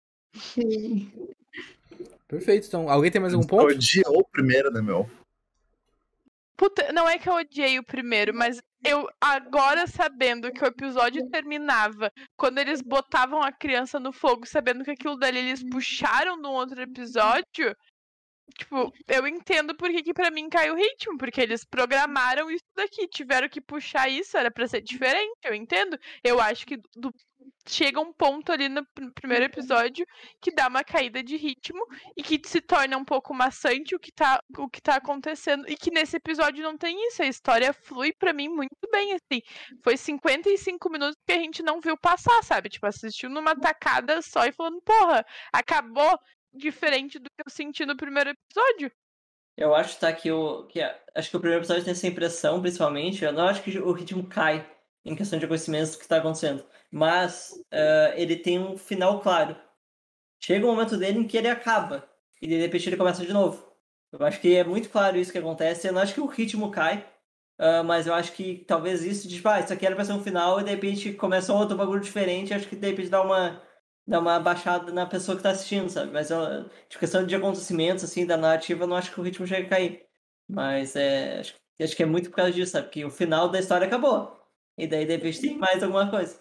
Perfeito, então. Alguém tem mais algum ponto? odiou o primeiro, né, meu? Puta, não é que eu odiei o primeiro, mas eu agora sabendo que o episódio terminava quando eles botavam a criança no fogo, sabendo que aquilo dali eles puxaram de um outro episódio, tipo, eu entendo porque que pra mim caiu o ritmo, porque eles programaram isso daqui, tiveram que puxar isso, era pra ser diferente, eu entendo. Eu acho que do- chega um ponto ali no pr- primeiro episódio que dá uma caída de ritmo e que se torna um pouco maçante o que tá, o que tá acontecendo. E que nesse episódio não tem isso. A história flui pra mim muito bem, assim. Foi cinquenta e cinco minutos que a gente não viu passar, sabe? Tipo, assistiu numa tacada só e falando, porra, acabou diferente do que eu senti no primeiro episódio. Eu acho tá, que, o, que a- acho que o primeiro episódio tem essa impressão, principalmente. Eu não acho que o ritmo cai em questão de conhecimentos do que está acontecendo. Mas eh, ele tem um final claro. Chega um momento dele em que ele acaba. E de repente ele começa de novo. Eu acho que é muito claro isso que acontece. Eu não acho que o ritmo cai. ah, mas eu acho que talvez isso de, tipo, ah, isso aqui era pra ser um final e de repente começa um outro bagulho diferente. Acho que de repente dá uma, dá uma baixada na pessoa que tá assistindo, sabe? Mas eu, de questão de acontecimentos, assim, da narrativa, eu não acho que o ritmo chega a cair. Mas é, acho, acho que é muito por causa disso, sabe? Porque o final da história acabou. E daí de repente tem mais alguma coisa.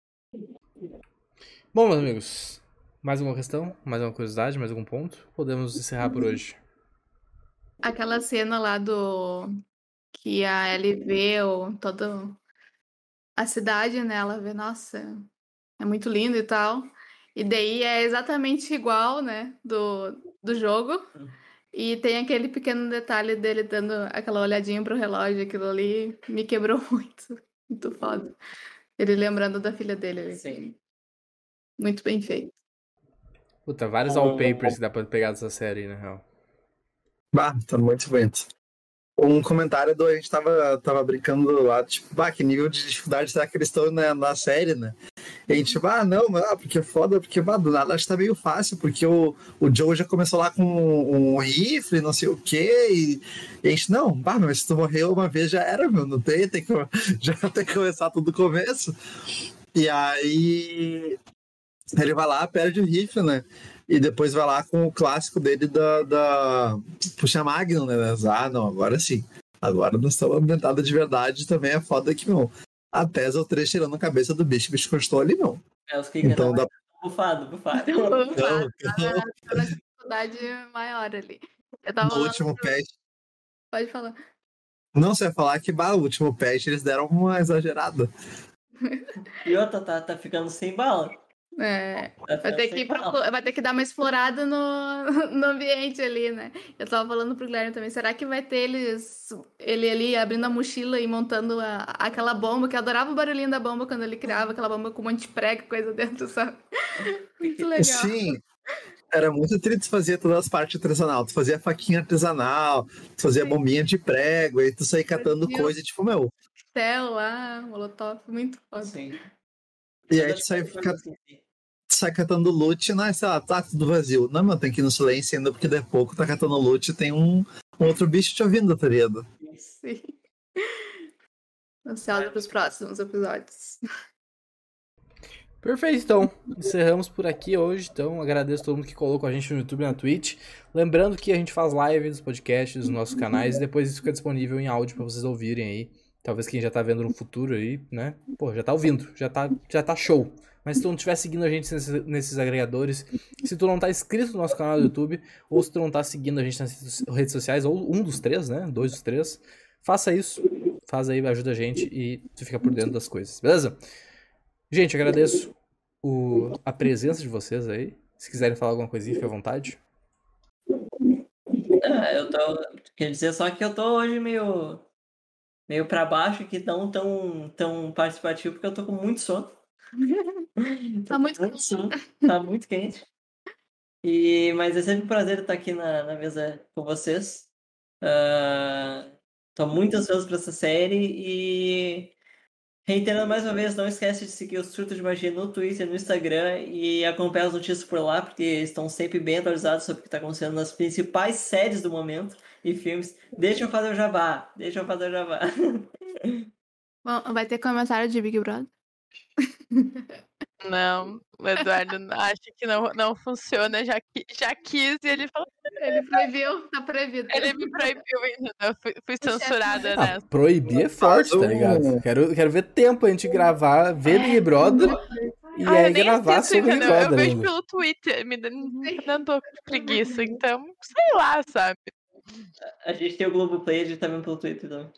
Bom, meus amigos, mais alguma questão? Mais alguma curiosidade? Mais algum ponto? Podemos encerrar por hoje. Aquela cena lá do que a Ellie vê o, toda a cidade, né? Ela vê, nossa, é muito lindo e tal. E daí é exatamente igual, né? Do, do jogo. E tem aquele pequeno detalhe dele dando aquela olhadinha pro relógio, aquilo ali me quebrou muito. Muito foda. Ele lembrando da filha dele ali. Sim. Muito bem feito. Puta, vários Oh. wallpapers que dá pra pegar dessa série, na real. Bah, tá muito bonito. um comentário do. A gente tava, tava brincando lá, tipo, bah, que nível de dificuldade será que eles estão na, na série, né? E a gente, tipo, ah, não, ah, porque é foda, porque, bah, do nada acho que tá meio fácil, porque o, o Joe já começou lá com um, um rifle, não sei o quê, e, e a gente, não, bah, mas se tu morreu uma vez já era, meu, não tem, tem que, já tem que começar tudo do começo. E aí ele vai lá, perde o rifle, né? E depois vai lá com o clássico dele da, da Puxa Magnum, né? Ah, não, agora sim. Agora nós estamos ambientados de verdade. Também é foda que, meu, a Tesla o três tirando a cabeça do bicho, o bicho encostou ali, não. É, os que Então dá... Bufado, bufado. Não, Tá não. na dificuldade maior ali. Eu tava No falando... último patch. Pode falar. Não, você ia falar que, bah, o último patch eles deram uma exagerada. E outra, tá, tá ficando sem bala. É, Tá vai ficando ter, sem que, bala. procu- vai ter que dar uma explorada no, no ambiente ali, né? Eu tava falando pro Guilherme também, será que vai ter eles, ele ali abrindo a mochila e montando a- aquela bomba, que eu adorava o barulhinho da bomba quando ele criava aquela bomba com um monte de prego e coisa dentro, sabe? Muito legal. Sim, era muito triste, tu fazia todas as partes artesanal. Tu fazia faquinha artesanal, tu fazia bombinha de prego, aí tu saía catando Meu coisa, e, tipo, meu. Céu lá, molotov, muito foda. Sim. E aí tu sai, fica, tu sai catando loot, não, sei lá, tá tudo vazio. Não, mano, tem que ir no silêncio ainda, porque daqui a pouco tá catando loot e tem um, um outro bicho te ouvindo, tá ligado? Sim. Ansiosa pros próximos episódios. Perfeito, então. Encerramos por aqui hoje. Então, agradeço a todo mundo que colocou a gente no YouTube e na Twitch. Lembrando que a gente faz lives, podcasts nos nossos canais e depois isso fica disponível em áudio pra vocês ouvirem aí. Talvez quem já tá vendo no futuro aí, né? Pô, já tá ouvindo, já tá, já tá show. Mas se tu não estiver seguindo a gente nesses, nesses agregadores, se tu não tá inscrito no nosso canal do YouTube, ou se tu não tá seguindo a gente nas redes sociais, ou um dos três, né? Dois dos três, faça isso. Faz aí, ajuda a gente e tu fica por dentro das coisas, beleza? Gente, agradeço o, a presença de vocês aí. Se quiserem falar alguma coisinha, fique à vontade. Ah, eu tô. Quer dizer só que eu tô hoje meio. meio pra baixo aqui, não tão, tão participativo, porque eu tô com muito sono. Tá muito muito sono. Tá muito quente. E, mas é sempre um prazer estar aqui na, na mesa com vocês. Uh, tô muito ansioso pra essa série e. Reiterando mais uma vez, não esquece de seguir os Surtos de Magia no Twitter, no Instagram e acompanhar as notícias por lá, porque eles estão sempre bem atualizados sobre o que está acontecendo nas principais séries do momento e filmes. Deixa eu fazer o jabá, deixa eu fazer o jabá. Bom, vai ter comentário de Big Brother? Não, o Eduardo acha que não, não funciona, já, qui- já quis e ele falou. Ele proibiu, tá proibido. Ele me proibiu ainda, eu fui, fui censurada Ah, nessa. proibir é forte, tá ligado? Quero, quero ver tempo a gente gravar, ver Big Brother e Ah, eu aí nem gravar assisto, sobre Big entendeu? Eu Brother vejo ainda. pelo Twitter, me dando, me dando um pouco de preguiça, então, sei lá, sabe? A gente tem o Globoplay, a gente tá vendo pelo Twitter também.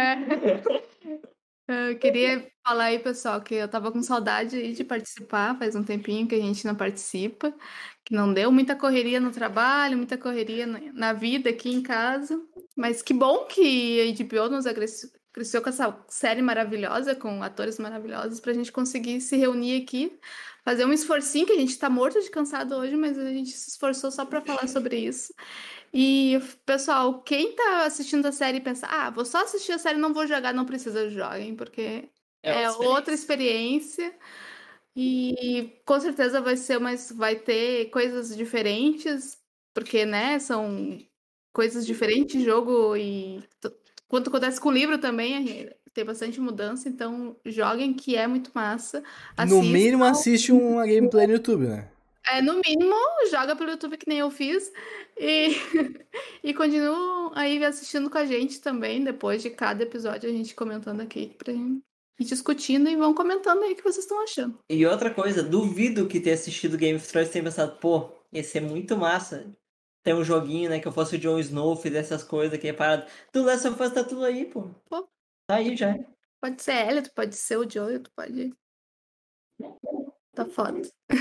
É. Eu queria falar aí, pessoal, que eu tava com saudade aí de participar, faz um tempinho que a gente não participa, que não deu muita correria no trabalho, muita correria na na vida aqui em casa, mas que bom que a H B O nos agressou, cresceu com essa série maravilhosa, com atores maravilhosos, pra gente conseguir se reunir aqui, fazer um esforcinho, que a gente tá morto de cansado hoje, mas a gente se esforçou só pra falar sobre isso. E, pessoal, quem tá assistindo a série e pensa, ah, vou só assistir a série, não vou jogar, não precisa joguem, porque É é outra outra experiência e com certeza vai ser mais, vai ter coisas diferentes, porque, né, são coisas diferentes, jogo e t- quanto acontece com o livro também, é- tem bastante mudança, então joguem que é muito massa. No Assistam. mínimo, assiste uma gameplay no YouTube, né? É, no mínimo, joga pelo YouTube que nem eu fiz e, e continua aí assistindo com a gente também, depois de cada episódio a gente comentando aqui pra gente ir discutindo e vão comentando aí o que vocês estão achando. E outra coisa, duvido que ter assistido Game of Thrones tenha pensado, pô, ia ser muito massa. Tem um joguinho, né, que eu fosse o Jon Snow, fizesse essas coisas que é parado. Do Last of Us tá tudo aí, pô. Pô. Tá aí já. Pode ser ela, tu pode ser o Joel, tu pode... Tá foda.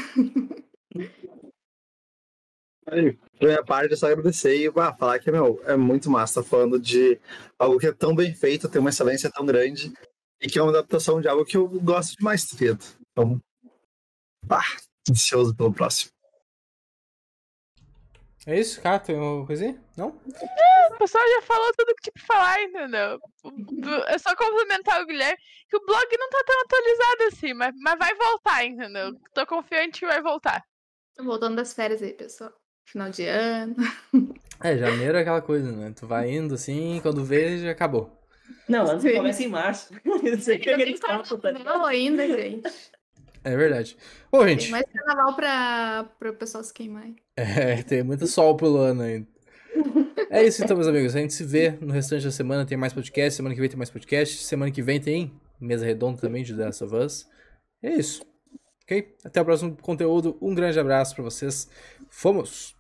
Aí, pra minha parte, é só agradecer e bah, falar que, meu, é muito massa. Tá falando de algo que é tão bem feito, tem uma excelência tão grande e que é uma adaptação de algo que eu gosto demais, tá ligado? Então, pá, ansioso pelo próximo. É isso, cara? Tem uma coisinha? Não? O pessoal já falou tudo que tinha pra falar, entendeu? É só complementar o Guilherme, que o blog não tá tão atualizado assim, mas, mas vai voltar, entendeu? Tô confiante que vai voltar. Tô voltando das férias aí, pessoal. Final de ano. É, janeiro é aquela coisa, né? Tu vai indo assim, quando vê, já acabou. Não, antes Sim. começa em março. Não sei o que eles falam. Não, ainda, gente. É verdade. Ô, Tem gente, mais carnaval pra, pra o pessoal se queimar. é, tem muito sol pulando ainda. É isso então, meus amigos. A gente se vê no restante da semana. Tem mais podcast. Semana que vem tem mais podcast. Semana que vem tem mesa redonda também de The Last of Us. É isso. Ok? Até o próximo conteúdo. Um grande abraço pra vocês. Fomos!